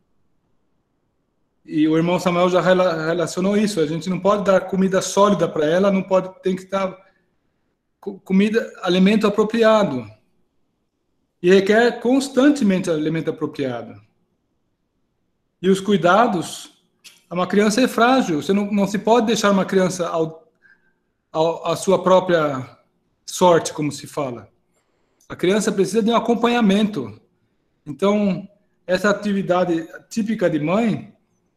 E o irmão Samuel já relacionou isso. A gente não pode dar comida sólida para ela, tem que dar alimento apropriado. E requer constantemente alimento apropriado. E os cuidados, uma criança é frágil. Você não se pode deixar uma criança à sua própria sorte, como se fala. A criança precisa de um acompanhamento. Então, essa atividade típica de mãe,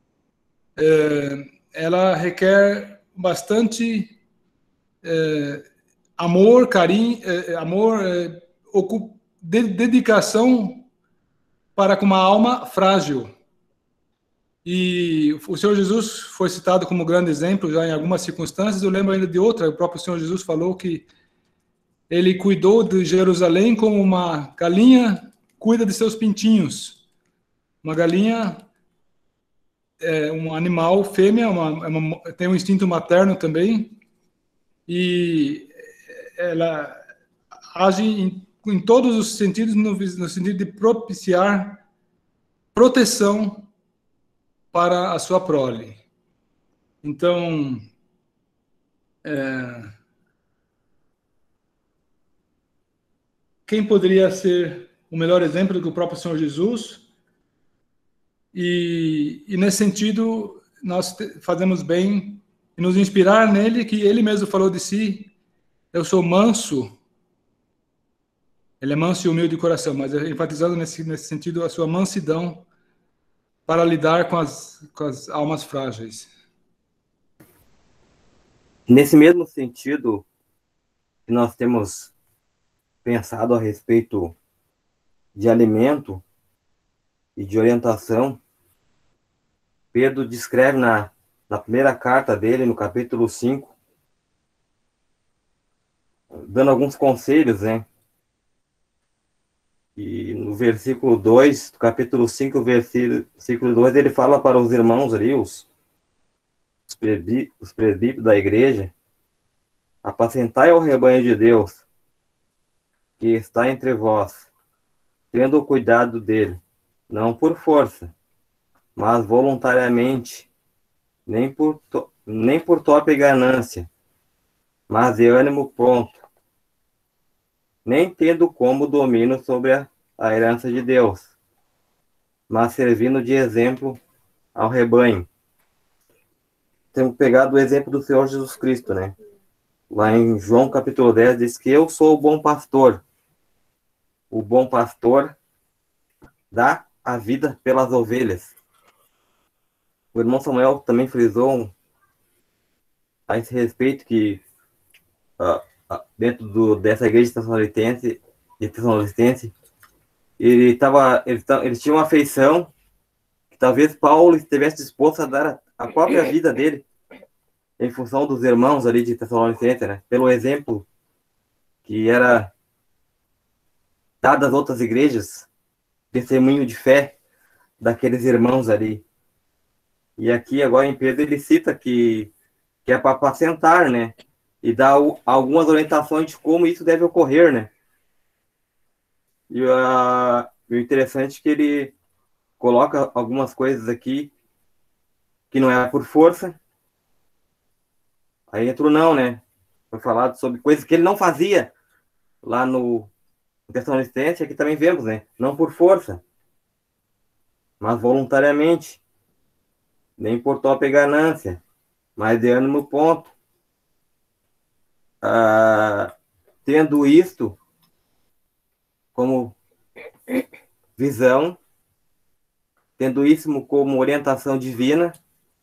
ela requer bastante amor, carinho, dedicação para com uma alma frágil. E o Senhor Jesus foi citado como grande exemplo já em algumas circunstâncias. Eu lembro ainda de outra, o próprio Senhor Jesus falou que ele cuidou de Jerusalém como uma galinha cuida de seus pintinhos. Uma galinha é um animal fêmea, tem um instinto materno também, e ela age em todos os sentidos, no sentido de propiciar proteção para a sua prole. Então, quem poderia ser o melhor exemplo do que o próprio Senhor Jesus? E nesse sentido, nós fazemos bem em nos inspirar nele, que ele mesmo falou de si: eu sou manso. Ele é manso e humilde de coração, mas enfatizando nesse sentido a sua mansidão para lidar com as almas frágeis. Nesse mesmo sentido que nós temos pensado a respeito de alimento e de orientação, Pedro descreve na primeira carta dele, no capítulo 5, dando alguns conselhos, né? E no versículo 2, do capítulo 5, versículo 2, ele fala para os irmãos ali, os presbíteros da igreja: apacentai ao rebanho de Deus, que está entre vós, tendo o cuidado dele, não por força, mas voluntariamente, nem por top ganância, mas de ânimo pronto, nem tendo como domínio sobre a herança de Deus, mas servindo de exemplo ao rebanho. Temos pegado o exemplo do Senhor Jesus Cristo, né? Lá em João capítulo 10 diz que eu sou o bom pastor. O bom pastor dá a vida pelas ovelhas. O irmão Samuel também frisou a esse respeito que dentro dessa igreja de Tessalonicense, ele tinha uma afeição que talvez Paulo estivesse disposto a dar a própria vida dele em função dos irmãos ali de Tessalonicense, né? Pelo exemplo que era dado às outras igrejas, testemunho de fé daqueles irmãos ali. E aqui agora em Pedro ele cita que é para apacentar, né? E dar algumas orientações de como isso deve ocorrer, né? E o interessante é que ele coloca algumas coisas aqui que não é por força. Aí entrou não, né? Foi falado sobre coisas que ele não fazia lá no Tessalonicense, aqui também vemos, né? Não por força, mas voluntariamente. Nem por top ganância, mas de ânimo ponto. Tendo isto como visão, tendo isso como orientação divina,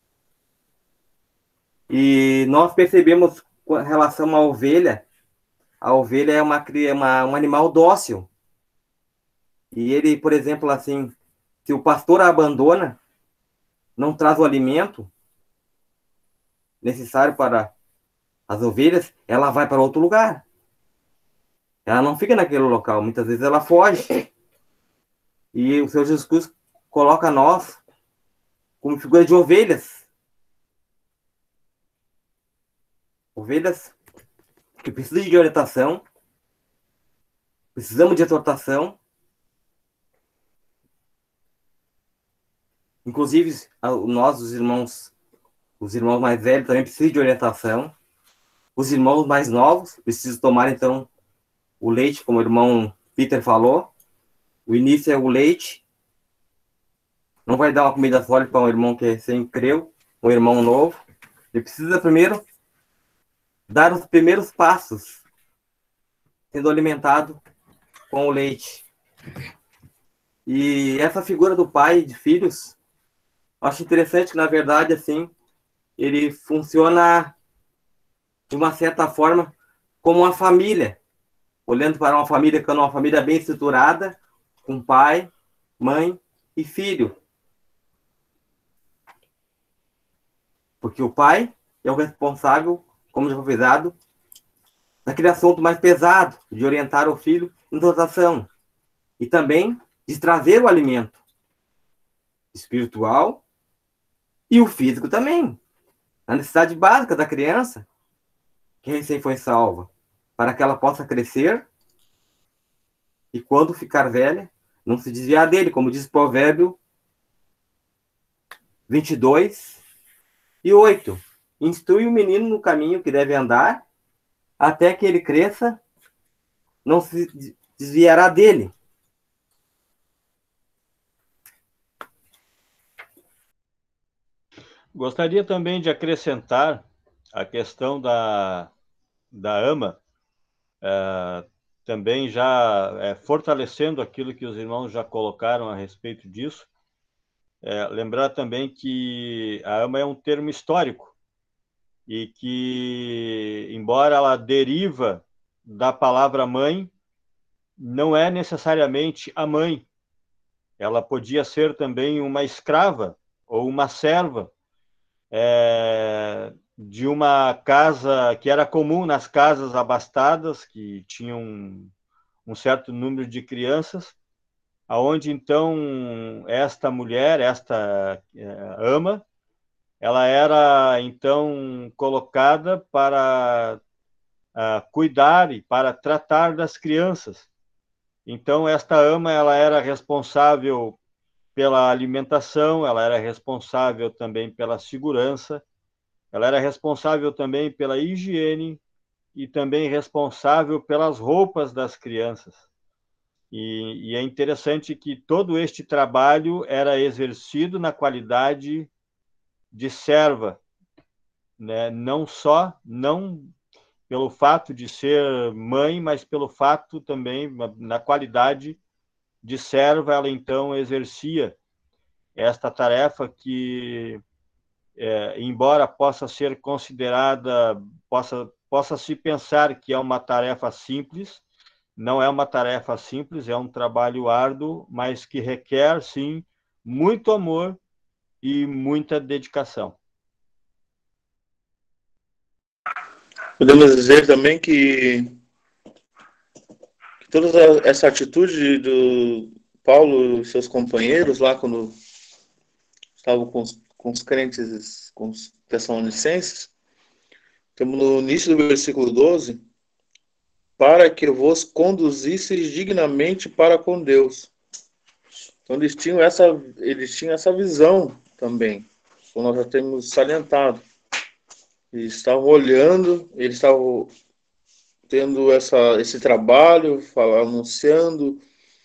e nós percebemos com relação à ovelha, a ovelha é um animal dócil. E ele, por exemplo, assim, se o pastor a abandona, não traz o alimento necessário para as ovelhas, ela vai para outro lugar. Ela não fica naquele local, muitas vezes ela foge. E o Senhor Jesus coloca nós como figura de ovelhas. Ovelhas que precisam de orientação, precisamos de exortação. Inclusive, nós, os irmãos mais velhos, também precisam de orientação. Os irmãos mais novos precisam tomar, então, o leite, como o irmão Peter falou. O início é o leite. Não vai dar uma comida sólida para um irmão que recém creu, um irmão novo. Ele precisa primeiro dar os primeiros passos, sendo alimentado com o leite. E essa figura do pai de filhos, acho interessante que, na verdade, assim, ele funciona de uma certa forma como uma família. Olhando para uma família que é uma família bem estruturada, com pai, mãe e filho. Porque o pai é o responsável, como já foi avisado, daquele assunto mais pesado, de orientar o filho em dotação. E também de trazer o alimento espiritual e o físico também. A necessidade básica da criança, que recém foi salva, para que ela possa crescer e, quando ficar velha, não se desviar dele, como diz o Provérbio 22:8. Instrui o menino no caminho que deve andar, até que ele cresça, não se desviará dele. Gostaria também de acrescentar a questão da ama, também já fortalecendo aquilo que os irmãos já colocaram a respeito disso. Lembrar também que a ama é um termo histórico e que, embora ela deriva da palavra mãe, não é necessariamente a mãe. Ela podia ser também uma escrava ou uma serva de uma casa que era comum nas casas abastadas, que tinham um certo número de crianças, aonde então esta mulher, esta ama, ela era então colocada para cuidar e para tratar das crianças. Então esta ama, ela era responsável pela alimentação, ela era responsável também pela segurança, ela era responsável também pela higiene e também responsável pelas roupas das crianças. E é interessante que todo este trabalho era exercido na qualidade de serva, né? Não pelo fato de ser mãe, mas pelo fato também, na qualidade de serva, ela então exercia esta tarefa que, embora possa ser considerada, possa se pensar que é uma tarefa simples, não é uma tarefa simples, é um trabalho árduo, mas que requer, sim, muito amor e muita dedicação. Podemos dizer também que toda essa atitude do Paulo e seus companheiros lá quando estavam com os crentes, com os tessalonicenses, temos no início do versículo 12, para que vos conduzisseis dignamente para com Deus. Então eles tinham essa visão também, como nós já temos salientado. Eles estavam olhando, eles estavam tendo esse trabalho, anunciando,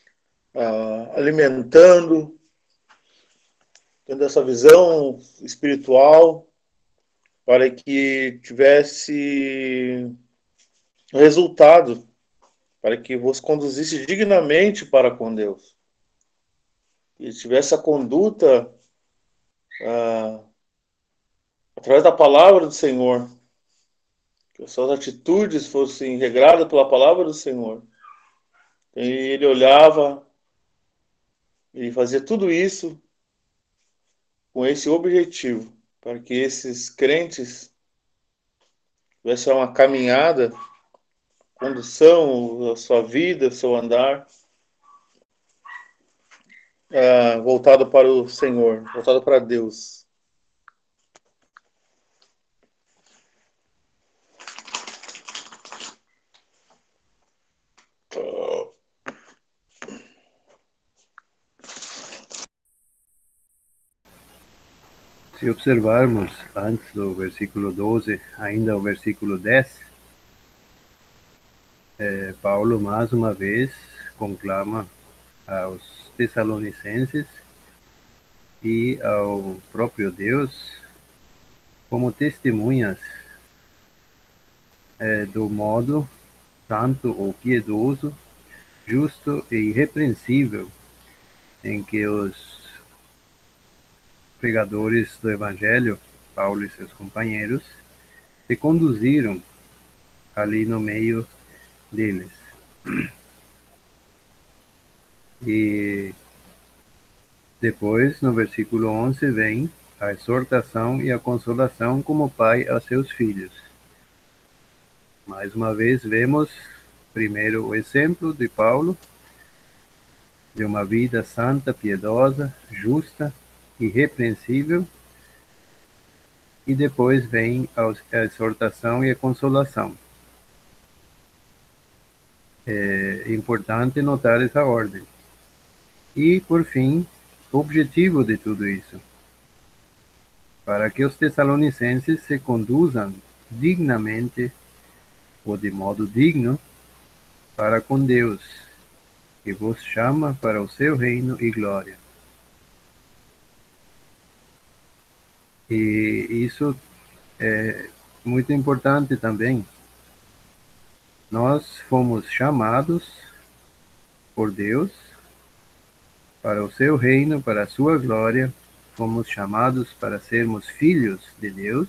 alimentando, tendo essa visão espiritual para que tivesse resultado, para que vos conduzisse dignamente para com Deus. E tivesse a conduta através da palavra do Senhor, que as suas atitudes fossem regradas pela palavra do Senhor. E ele olhava e fazia tudo isso com esse objetivo, para que esses crentes tivessem uma caminhada, condução, a sua vida, o seu andar, voltado para o Senhor, voltado para Deus. Se observarmos antes do versículo 12, ainda o versículo 10, Paulo mais uma vez conclama aos Tessalonicenses e ao próprio Deus como testemunhas do modo santo ou piedoso, justo e irrepreensível em que os pregadores do Evangelho, Paulo e seus companheiros, se conduziram ali no meio deles. E depois, no versículo 11, vem a exortação e a consolação como pai a seus filhos. Mais uma vez, vemos primeiro o exemplo de Paulo, de uma vida santa, piedosa, justa, irrepreensível, e depois vem a exortação e a consolação. É importante notar essa ordem. E, por fim, o objetivo de tudo isso, para que os tessalonicenses se conduzam dignamente ou de modo digno para com Deus, que vos chama para o seu reino e glória. E isso é muito importante também. Nós fomos chamados por Deus para o seu reino, para a sua glória. Fomos chamados para sermos filhos de Deus.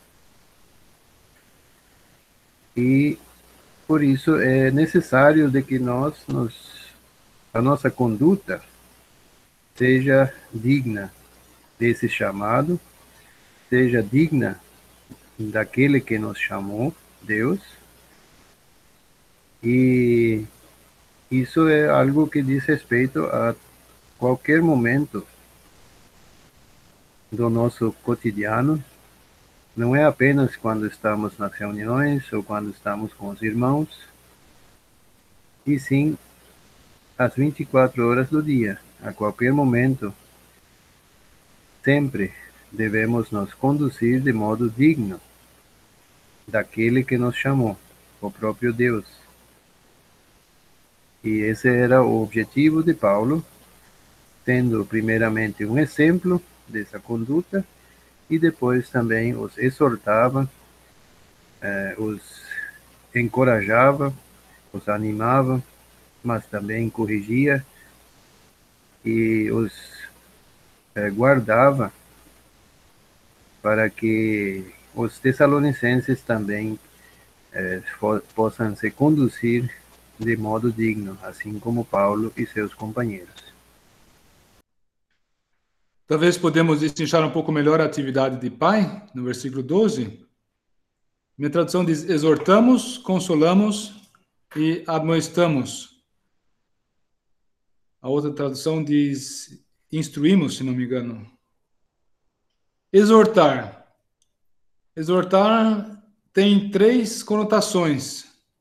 E por isso é necessário de que a nossa conduta seja digna desse chamado, seja digna daquele que nos chamou, Deus. E isso é algo que diz respeito a qualquer momento do nosso cotidiano. Não é apenas quando estamos nas reuniões ou quando estamos com os irmãos, e sim às 24 horas do dia, a qualquer momento. Sempre devemos nos conduzir de modo digno daquele que nos chamou, o próprio Deus. E esse era o objetivo de Paulo, tendo primeiramente um exemplo dessa conduta e depois também os exortava, os encorajava, os animava, mas também corrigia e os guardava para que os tessalonicenses também possam se conduzir de modo digno, assim como Paulo e seus companheiros. Talvez podemos destrinchar um pouco melhor a atividade de pai, no versículo 12. Minha tradução diz: exortamos, consolamos e admoestamos. A outra tradução diz: instruímos, se não me engano. Exortar. Exortar tem 3 conotações.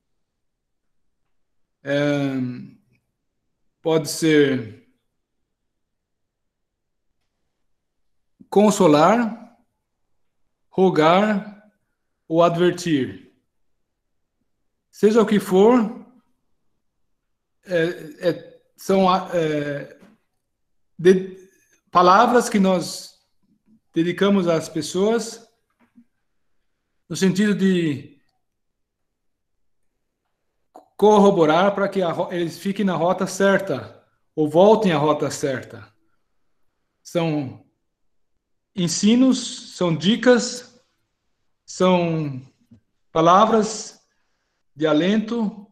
Pode ser consolar, rogar ou advertir. Seja o que for, são palavras que nós dedicamos às pessoas no sentido de corroborar para que eles fiquem na rota certa ou voltem à rota certa. São ensinos, são dicas, são palavras de alento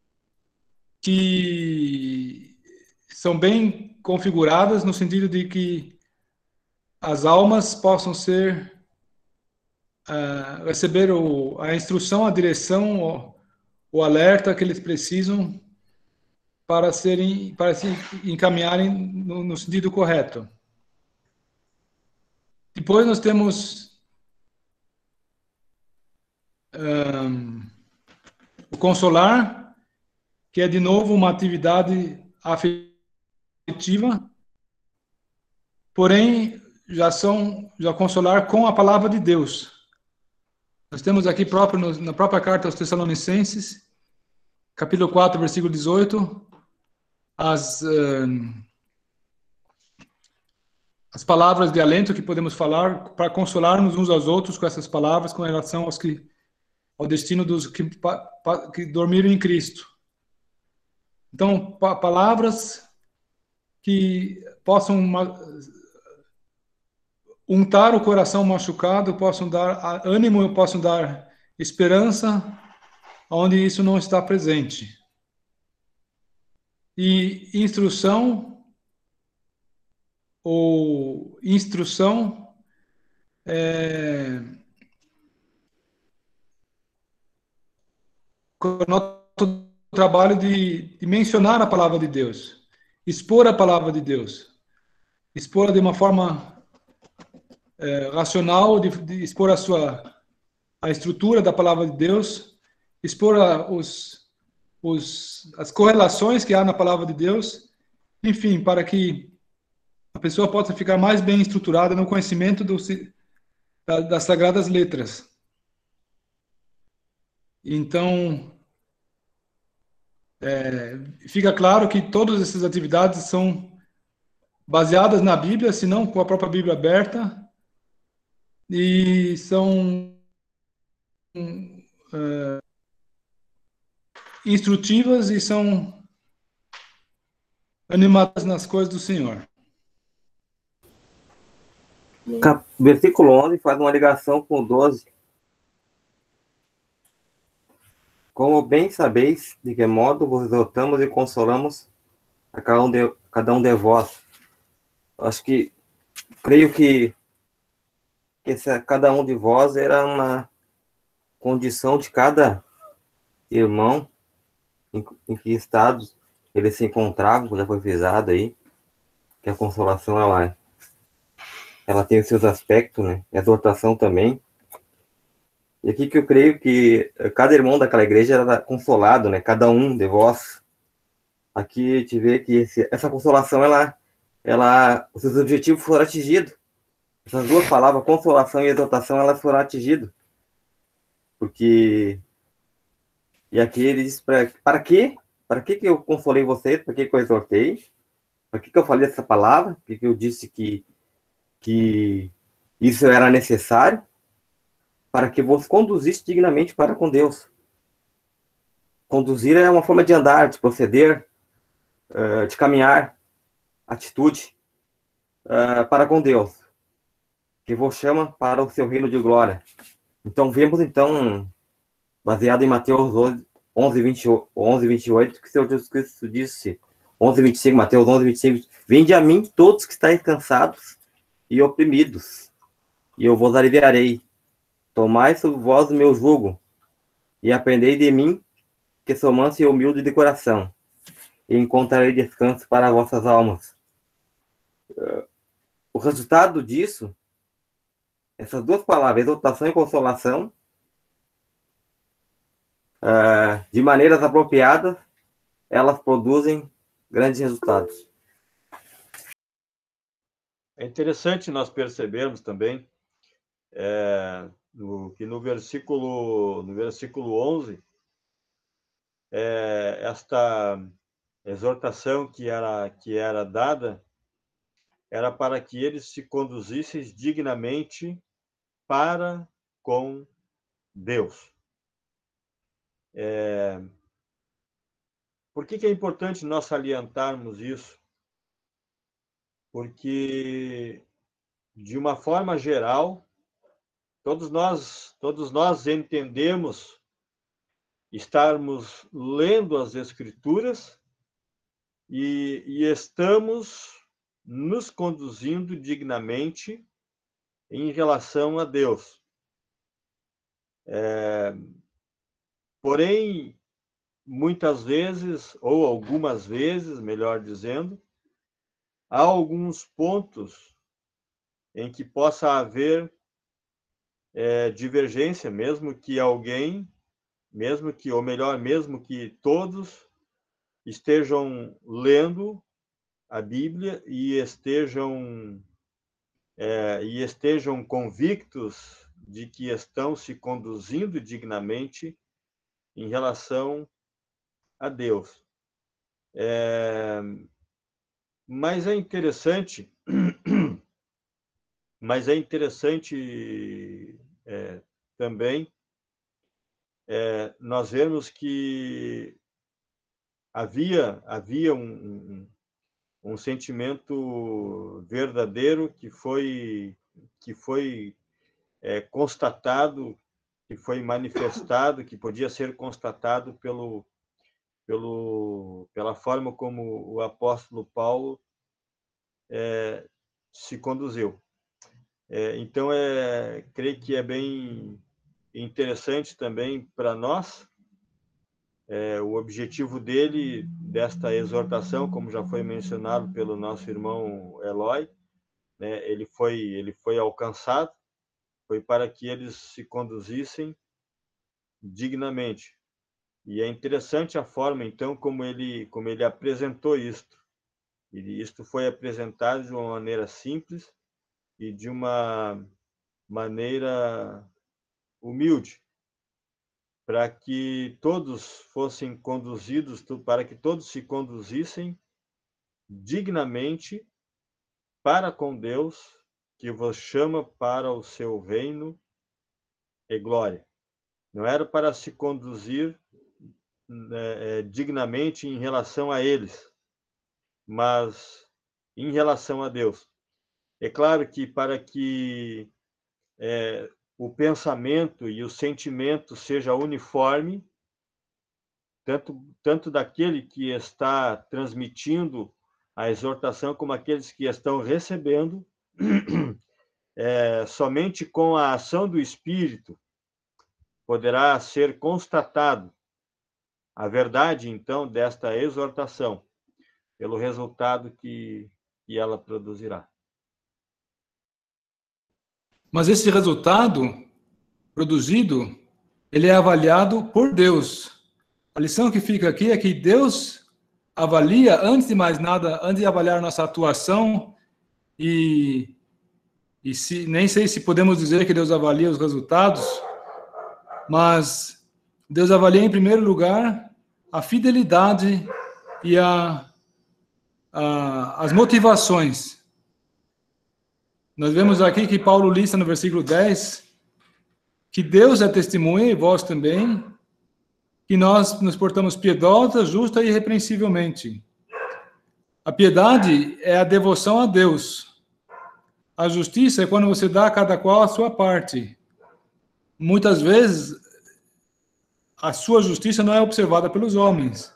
que são bem configuradas no sentido de que as almas possam receber a instrução, a direção, o alerta que eles precisam para se encaminharem no sentido correto. Depois nós temos o consolar, que é de novo uma atividade afetiva, porém já consolar com a palavra de Deus. Nós temos aqui na própria carta aos Tessalonicenses, capítulo 4, versículo 18, as palavras de alento que podemos falar para consolarmos uns aos outros com essas palavras com relação ao destino dos que dormiram em Cristo. Então, palavras que possam untar o coração machucado, possam dar ânimo, possam dar esperança onde isso não está presente. E instrução conota o trabalho de mencionar a palavra de Deus, expor a palavra de Deus, expor de uma forma racional, de expor a estrutura da palavra de Deus, expor as correlações que há na palavra de Deus, enfim, para que a pessoa possa ficar mais bem estruturada no conhecimento das Sagradas Letras. Então, fica claro que todas essas atividades são baseadas na Bíblia, se não com a própria Bíblia aberta, e são instrutivas e são animadas nas coisas do Senhor. Versículo 11 faz uma ligação com o 12. Como bem sabeis de que modo vos exortamos e consolamos a cada um de vós. Creio que cada um de vós era uma condição de cada irmão, em que estado eles se encontravam, já foi frisado aí, que a consolação ela tem os seus aspectos, né? E a exortação também. E aqui que eu creio que cada irmão daquela igreja era consolado, né? Cada um de vós. Aqui te vê que essa consolação, os seus objetivos foram atingidos. Essas duas palavras, consolação e exortação, elas foram atingidas. Porque E aqui ele diz para quê? Para que eu consolei vocês? Para que eu exortei? Para que eu falei essa palavra? Para que eu disse que isso era necessário? Para que vos conduzisse dignamente para com Deus. Conduzir é uma forma de andar, de proceder, de caminhar, atitude para com Deus, que vos chama para o seu reino de glória. Então, vemos, baseado em Mateus 11, 28, que o Senhor Jesus Cristo disse, 11, 25, Mateus 11, 25, vinde a mim todos que estáis cansados e oprimidos, e eu vos aliviarei. Tomai sobre vós o meu jugo, e aprendei de mim, que sou manso e humilde de coração, e encontrarei descanso para vossas almas. O resultado disso, essas duas palavras, exortação e consolação, de maneiras apropriadas, elas produzem grandes resultados. É interessante nós percebermos também que no versículo 11, esta exortação que era dada era para que eles se conduzissem dignamente para com Deus. Por que é importante nós salientarmos isso? Porque, de uma forma geral, todos nós entendemos estarmos lendo as Escrituras e estamos nos conduzindo dignamente em relação a Deus. Porém, muitas vezes, ou algumas vezes, melhor dizendo, há alguns pontos em que possa haver divergência, mesmo que todos estejam lendo a Bíblia e estejam convictos de que estão se conduzindo dignamente em relação a Deus. Mas é interessante também nós vemos que havia um sentimento verdadeiro que foi constatado, que foi manifestado, que podia ser constatado pela forma como o apóstolo Paulo se conduziu. Então, creio que é bem interessante também para nós o objetivo desta exortação, como já foi mencionado pelo nosso irmão Eloy, né, ele foi alcançado, foi para que eles se conduzissem dignamente. E é interessante a forma, então, como ele apresentou isto. E isto foi apresentado de uma maneira simples e de uma maneira humilde, para que todos fossem conduzidos, para que todos se conduzissem dignamente para com Deus, que vos chama para o seu reino e glória. Não era para se conduzir dignamente em relação a eles, mas em relação a Deus. É claro que para que o pensamento e o sentimento seja uniforme, tanto daquele que está transmitindo a exortação como aqueles que estão recebendo, somente com a ação do Espírito poderá ser constatado a verdade, então, desta exortação, pelo resultado que ela produzirá. Mas esse resultado produzido, ele é avaliado por Deus. A lição que fica aqui é que Deus avalia, antes de mais nada, antes de avaliar nossa atuação, nem sei se podemos dizer que Deus avalia os resultados, mas Deus avalia, em primeiro lugar, a fidelidade e as motivações. Nós vemos aqui que Paulo lista no versículo 10 que Deus é testemunha, e vós também, que nós nos portamos piedosa, justa e irrepreensivelmente. A piedade é a devoção a Deus. A justiça é quando você dá a cada qual a sua parte. Muitas vezes, a sua justiça não é observada pelos homens.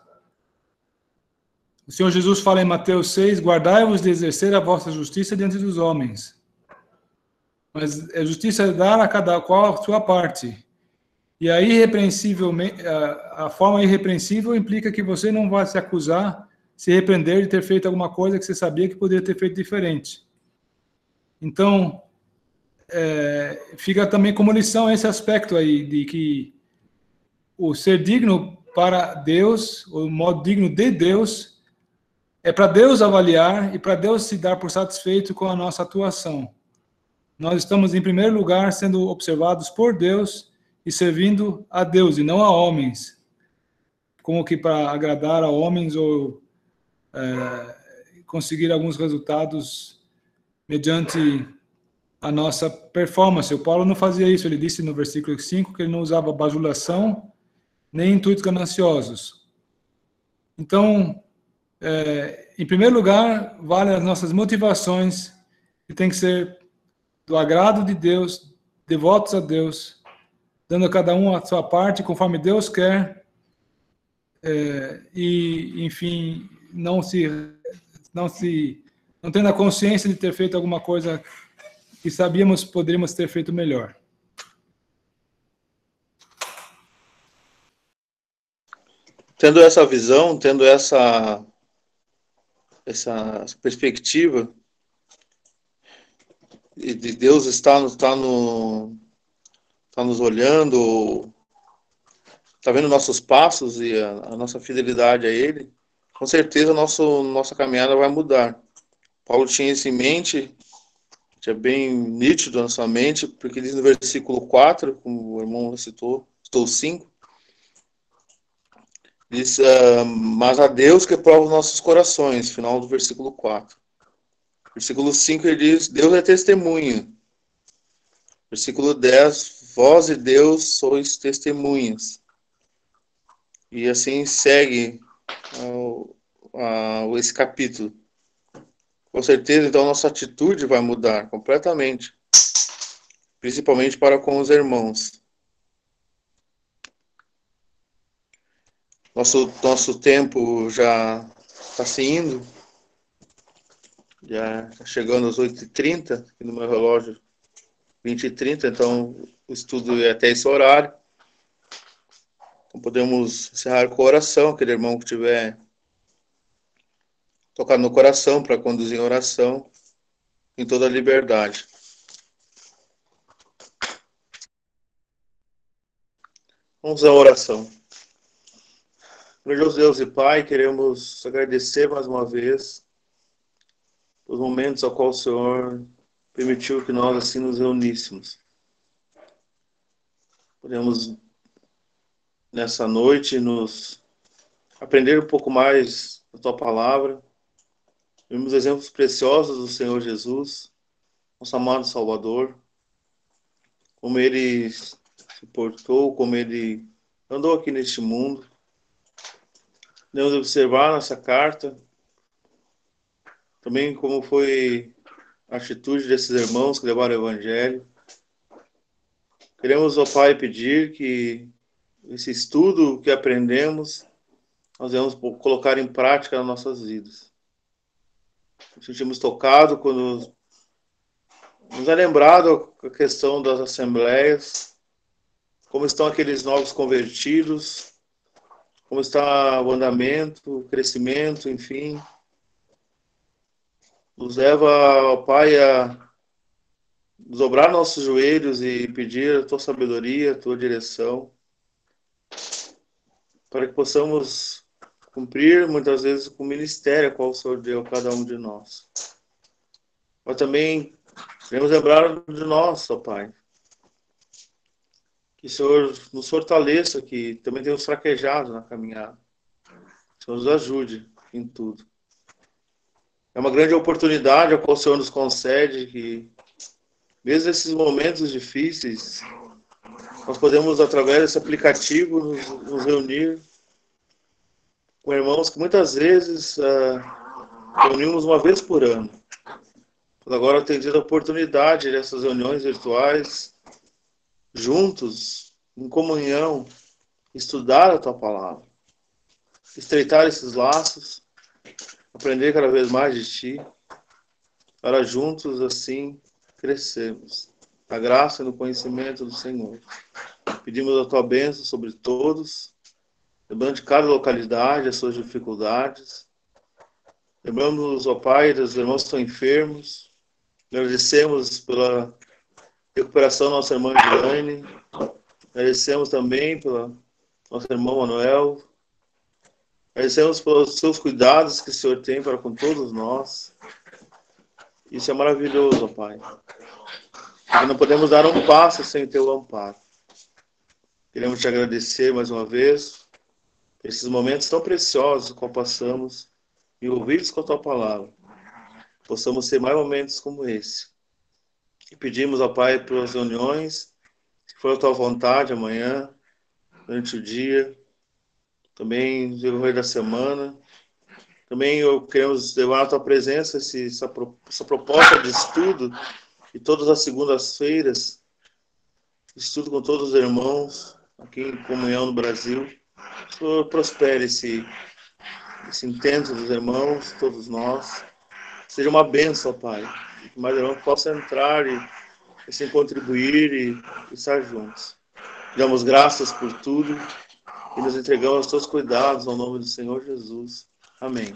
O Senhor Jesus fala em Mateus 6, guardai-vos de exercer a vossa justiça diante dos homens. Mas a justiça é dar a cada qual a sua parte. E a irrepreensivelmente, a forma irrepreensível implica que você não vai se acusar, se repreender de ter feito alguma coisa que você sabia que poderia ter feito diferente. Então, fica também como lição esse aspecto aí, de que o ser digno para Deus, o modo digno de Deus, é para Deus avaliar e para Deus se dar por satisfeito com a nossa atuação. Nós estamos, em primeiro lugar, sendo observados por Deus e servindo a Deus, e não a homens. Como que para agradar a homens ou conseguir alguns resultados mediante a nossa performance. O Paulo não fazia isso, ele disse no versículo 5 que ele não usava bajulação nem intuitos gananciosos. Então, em primeiro lugar, vale as nossas motivações, que tem que ser do agrado de Deus, devotos a Deus, dando a cada um a sua parte, conforme Deus quer, e, enfim, não tendo a consciência de ter feito alguma coisa que sabíamos poderíamos ter feito melhor. Tendo essa visão, tendo essa perspectiva de Deus está nos olhando, está vendo nossos passos e a nossa fidelidade a Ele, com certeza nossa caminhada vai mudar. Paulo tinha isso em mente, é bem nítido na sua mente, porque diz no versículo 4, como o irmão citou 5, diz, mas a Deus que prova os nossos corações, final do versículo 4. Versículo 5 ele diz, Deus é testemunha. Versículo 10, vós e Deus sois testemunhas. E assim segue esse capítulo. Com certeza, então, nossa atitude vai mudar completamente, principalmente para com os irmãos. Nosso tempo já está se indo, já está chegando às 8h30, aqui no meu relógio, 20h30, então o estudo é até esse horário. Então podemos encerrar com a oração, aquele irmão que tiver tocado no coração para conduzir a oração em toda a liberdade. Vamos à oração. Glorioso Deus e Pai, queremos agradecer mais uma vez os momentos ao qual o Senhor permitiu que nós assim nos reuníssemos. Podemos, nessa noite, nos aprender um pouco mais da Tua Palavra. Vimos exemplos preciosos do Senhor Jesus, nosso amado Salvador, como Ele se portou, como Ele andou aqui neste mundo. Podemos observar nessa carta também como foi a atitude desses irmãos que levaram o Evangelho. Queremos, ó Pai, pedir que esse estudo que aprendemos, nós vamos colocar em prática nas nossas vidas. Nos sentimos tocados quando nos é lembrado a questão das assembleias, como estão aqueles novos convertidos, como está o andamento, o crescimento, enfim. Nos leva, ó Pai, a dobrar nossos joelhos e pedir a Tua sabedoria, a Tua direção, para que possamos cumprir, muitas vezes, com o ministério a qual o Senhor deu a cada um de nós. Mas também queremos lembrar de nós, ó Pai. Que o Senhor nos fortaleça, que também temos fraquejado na caminhada. Que o Senhor nos ajude em tudo. É uma grande oportunidade a qual o Senhor nos concede, que mesmo nesses momentos difíceis, nós podemos, através desse aplicativo, nos reunir com irmãos que muitas vezes reunimos uma vez por ano. Agora tem tido a oportunidade dessas reuniões virtuais, juntos, em comunhão, estudar a Tua Palavra, estreitar esses laços, aprender cada vez mais de Ti, para juntos, assim, crescermos na graça e no conhecimento do Senhor. Pedimos a Tua bênção sobre todos, lembrando de cada localidade, as suas dificuldades. Lembramos, ó Pai, dos irmãos que estão enfermos. Agradecemos pela recuperação da nossa irmã Elaine. Agradecemos também pelo nosso irmão Manuel. Agradecemos pelos seus cuidados que o Senhor tem para com todos nós. Isso é maravilhoso, ó Pai. Porque não podemos dar um passo sem o Teu amparo. Queremos Te agradecer mais uma vez por esses momentos tão preciosos que passamos envolvidos com a Tua Palavra. Possamos ter mais momentos como esse. E pedimos, ó Pai, pelas reuniões, se for a Tua vontade, amanhã, durante o dia, também no decorrer da semana. Também queremos levar à Tua presença essa proposta de estudo, e todas as segundas-feiras, estudo com todos os irmãos, aqui em comunhão no Brasil. Que o Senhor prospere esse intento dos irmãos, todos nós. Seja uma bênção, Pai. Que mais irmãos possam entrar e assim contribuir e estar juntos. Damos graças por tudo e nos entregamos aos Teus cuidados, ao nome do Senhor Jesus. Amém.